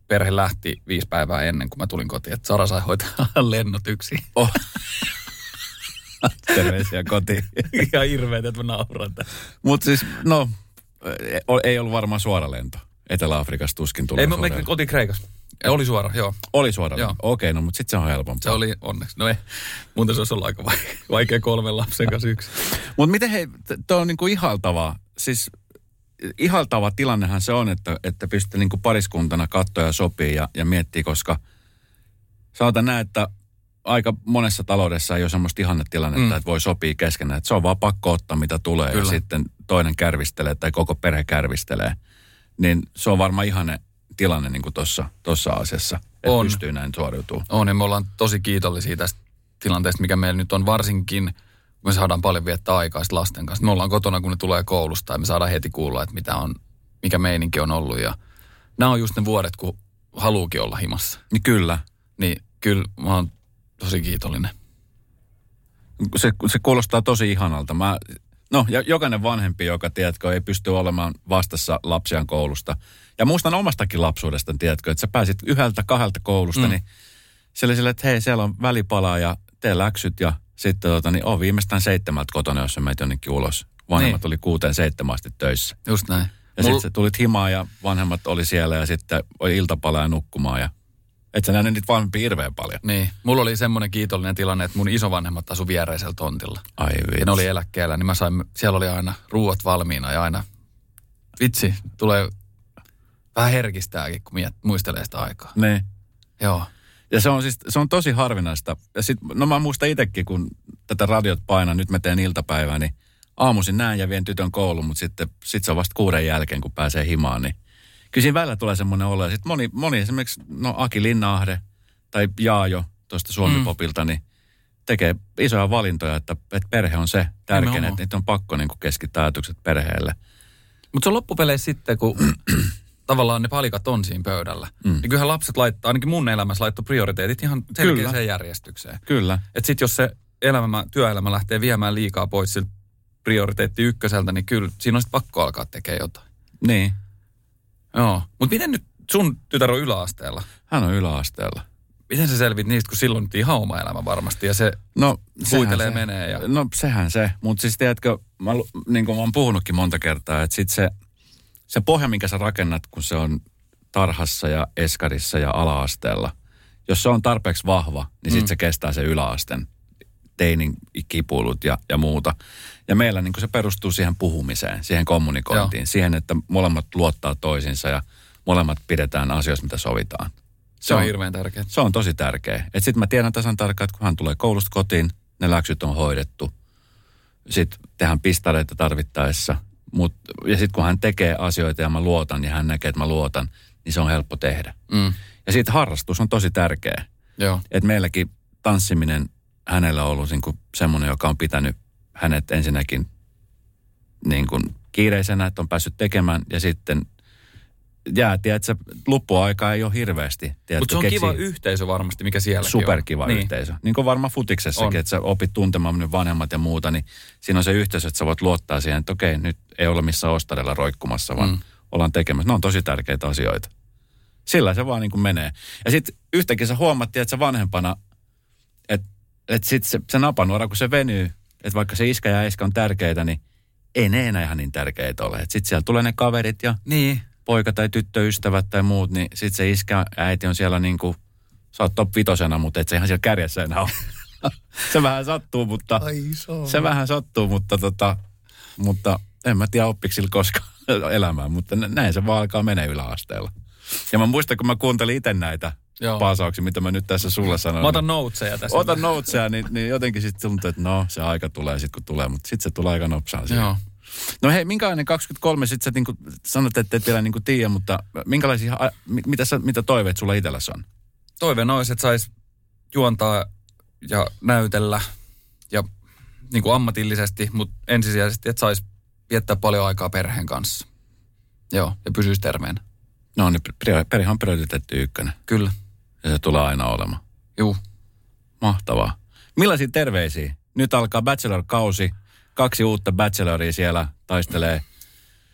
perhe lähti viisi päivää ennen kuin mä tulin kotiin, että Sara sai hoitaa lennot yksin. Oh. Terveisiä kotiin. Ihan hirveet, että mä nauran tästä. Mutta siis, no, ei ollut varmaan suora lento. Etelä-Afrikasta tuskin tulee ei, suora. Ei, me kotiin Kreikassa. Oli suora, joo. Oli suora lento. Okei, no, mutta sitten se on helpompaa. Se oli onneksi. No ei, muuten se olisi ollut aika vaikea, vaikea kolmen lapsen kanssa yksi. Mutta miten hei, tuo on niinku ihaltavaa. Siis ihaltava tilannehan se on, että, että pystyy niinku pariskuntana katsoa ja sopii ja, ja miettii, koska sanotaan näin, että aika monessa taloudessa ei ole semmoista ihannetilannetta, mm. että voi sopia keskenään. Että se on vaan pakko ottaa, mitä tulee. Kyllä. Ja sitten toinen kärvistelee tai koko perhe kärvistelee. Niin se on varmaan ihanne tilanne niin kuin tuossa tossa asiassa, että on. Pystyy näin suoriutumaan. On, ja me ollaan tosi kiitollisia tästä tilanteesta, mikä meillä nyt on, varsinkin kun me saadaan paljon viettää aikaa lasten kanssa. Me ollaan kotona, kun ne tulee koulusta, ja me saadaan heti kuulla, että mitä on, mikä meininki on ollut. Ja nämä on just ne vuodet, kun haluukin olla himassa. Niin kyllä. Niin kyllä mä oon tosi kiitollinen. Se, se kuulostaa tosi ihanalta. Mä, no, ja jokainen vanhempi, joka, tiedätkö, ei pysty olemaan vastassa lapsiaan koulusta. Ja muistan omastakin lapsuudesta, tiedätkö, että sä pääsit yhdeltä, kahdelta koulusta, mm. niin se oli silleen, että hei, siellä on välipala ja tee läksyt ja sitten tota, niin on viimeistään seitsemältä kotona, jos sä menet jonnekin ulos. Vanhemmat niin. oli kuuteen seitsemän asti töissä. Just näin. Ja Mul... sitten sä tulit himaan ja vanhemmat oli siellä ja sitten oli iltapala ja nukkumaan ja et sä nähnyt niitä vanhempia hirveän paljon. Niin. Mulla oli semmoinen kiitollinen tilanne, että mun isovanhemmat asu viereisellä tontilla. Ai vitsi. Ja ne oli eläkkeellä, niin mä sain, siellä oli aina ruuat valmiina ja aina, vitsi, tulee vähän herkistääkin, kun miet, muistelee sitä aikaa. Niin. Joo. Ja se on siis, se on tosi harvinaista. Ja sit, no mä muistan itsekin, kun tätä radiot painaa, nyt mä teen iltapäivää, niin aamuisin näen ja vien tytön kouluun, mutta sitten sit se on vasta kuuden jälkeen, kun pääsee himaan, niin kyllä siinä välillä tulee semmoinen olo. Ja sitten moni, moni esimerkiksi, no Aki Linna-ahde tai Jaajo tuosta Suomi-popilta, niin tekee isoja valintoja, että, että perhe on se tärkein, että niitä on pakko niin kuin keskittää ajatukset perheelle. Mutta se on loppupeleissä sitten, kun tavallaan ne palikat on siinä pöydällä. Mm. Niin kyllähän lapset laittaa, ainakin mun elämässä laittoi prioriteetit ihan selkeäseen järjestykseen. Kyllä. Että sitten jos se elämä, työelämä lähtee viemään liikaa pois siltä prioriteetti ykköseltä, niin kyllä siinä on sitten pakko alkaa tekemään jotain. Niin. Joo. Mutta miten nyt sun tytär on yläasteella? Hän on yläasteella. Miten sä selvit niistä, kun silloin nyt ihan oma elämä varmasti ja se no, huitelee se. menee? Ja... No sehän se. Mutta siis tiedätkö, mä, niin kuin mä oon puhunutkin monta kertaa, että sit se, se pohja, minkä sä rakennat, kun se on tarhassa ja eskarissa ja ala-asteella, jos se on tarpeeksi vahva, niin sit mm. se kestää se yläasteen teinin kipuilut ja, ja muuta. Ja meillä niin kuin se perustuu siihen puhumiseen, siihen kommunikointiin, Joo. siihen, että molemmat luottaa toisiinsa ja molemmat pidetään asioista, mitä sovitaan. Se, se on, on hirveän tärkeää. Se on tosi tärkeää. Että sitten mä tiedän tasan tarkkaan, että kun hän tulee koulusta kotiin, ne läksyt on hoidettu. Sitten tehdään pistareita tarvittaessa. Mut, ja sitten kun hän tekee asioita ja mä luotan ja hän näkee, että mä luotan, niin se on helppo tehdä. Mm. Ja siitä harrastus on tosi tärkeä. Että meilläkin tanssiminen hänellä on ollut niin kuin semmoinen, joka on pitänyt hänet ensinnäkin niin kuin kiireisenä, että on päässyt tekemään ja sitten jää, tiedätkö, loppuaikaa ei ole hirveästi. Mutta se on kiva yhteisö varmasti, mikä sielläkin superkiva on. Superkiva yhteisö. Niin kuin varmaan futiksessakin, on. Että sä opit tuntemaan vanhemmat ja muuta, niin siinä on se yhteisö, että sä voit luottaa siihen, että okei, nyt ei ole missään ostarilla roikkumassa, vaan mm. ollaan tekemässä. Ne on tosi tärkeitä asioita. Sillä se vaan niin kuin menee. Ja sitten yhtäkkiä sä huomattiin, että sä vanhempana, että että sitten se, se napanuora, kun se venyy, että vaikka se iskä ja äiskä on tärkeitä, niin ei ne enää ihan niin tärkeitä ole. Että sitten siellä tulee ne kaverit ja niin. poika- tai tyttöystävät tai muut, niin sitten se iskä ja äiti on siellä niin kuin, sä oot top vitosena, mutta et se ihan siellä kärjessä enää ole. Se vähän sattuu, mutta se vähän sattuu, mutta tota, mutta en mä tiedä oppiko sillä koskaan elämään, mutta näin se vaan alkaa menee yläasteella. Ja mä muistan, kun mä kuuntelin itse näitä Joo. paasauksia, mitä mä nyt tässä sulle sanon. Mä otan noteseja tässä. Otan noteseja, niin, niin jotenkin sitten tuntuu, että no, se aika tulee sitten, kun tulee, mutta sitten se tulee aika nopsaan siihen. Joo. No hei, minkälainen kaksikymmentäkolme, sitten sä niin kuin sanot, että et vielä niin kuin tiedä, mutta minkälaisia, mitä, sä, mitä toiveet sulla itselläsi on? Toiveena olisi, että sais juontaa ja näytellä ja niin kuin ammatillisesti, mutta ensisijaisesti, että sais viettää paljon aikaa perheen kanssa. Joo, ja pysyisi terveenä. No niin, perhe on prioriteetti ykkönen. Kyllä. Ja se tulee aina olemaan. Juu. Mahtavaa. Millaisia terveisiä? Nyt alkaa Bachelor-kausi. Kaksi uutta Bacheloria siellä taistelee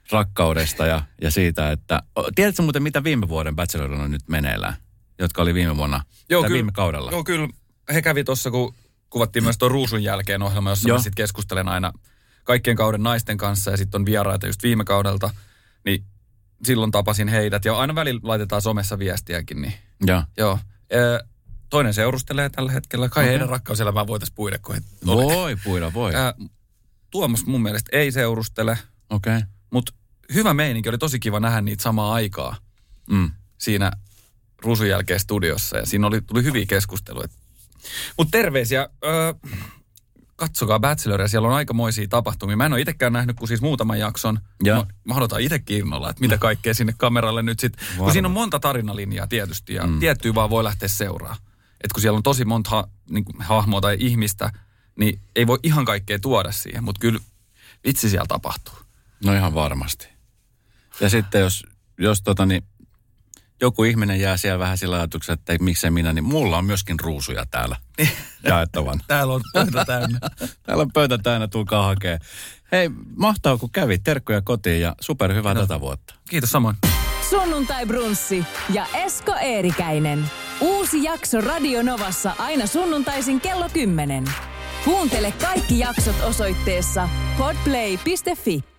rakkaudesta ja, ja siitä, että... Tiedätkö muuten, mitä viime vuoden Bachelor on nyt meneillään? Jotka oli viime vuonna, joo, tai kyllä, viime kaudella. Joo, kyllä. He kävi tuossa, kun kuvattiin myös tuon Ruusun jälkeen ohjelma, jossa joo. mä sitten keskustelen aina kaikkien kauden naisten kanssa ja sitten on vieraita just viime kaudelta. Niin silloin tapasin heidät ja aina välillä laitetaan somessa viestiäkin. Niin. Ja. Joo. E, toinen seurustelee tällä hetkellä. Kai okay. heidän rakkauselämään voitaisiin puida, kun he Voi puida, voi. Ää, Tuomas mun mielestä ei seurustele. Okei. Okay. Mutta hyvä meininki, oli tosi kiva nähdä niitä samaa aikaa mm. siinä Ruusun jälkeen studiossa. Ja siinä oli, tuli hyviä keskusteluja. Mutta terveisiä. Öö, katsokaa Bacheloria, siellä on aikamoisia tapahtumia. Mä en ole itsekään nähnyt kuin siis muutaman jakson. Mä, mä odotan itsekin innolla, että mitä kaikkea sinne kameralle nyt sitten. Kun siinä on monta tarinalinjaa tietysti ja mm. tiettyä vaan voi lähteä seuraa. Että kun siellä on tosi monta ha, niin kuin hahmoa tai ihmistä, niin ei voi ihan kaikkea tuoda siihen. Mutta kyllä vitsi siellä tapahtuu. No ihan varmasti. Ja sitten jos, jos tota niin, joku ihminen jää siellä vähän sillä ajatuksella, että miksei minä, niin mulla on myöskin ruusuja täällä jaettavan. Täällä on pöytä täynnä. Täällä on pöytä täynnä, tulkaa hakee. Hei, mahtavaa kun kävit. Terkkuja kotiin ja superhyvää no. tätä vuotta. Kiitos samoin. Sunnuntai Brunssi ja Esko Eerikäinen. Uusi jakso Radio Novassa aina sunnuntaisin kello kymmenen. Kuuntele kaikki jaksot osoitteessa podplay piste fi.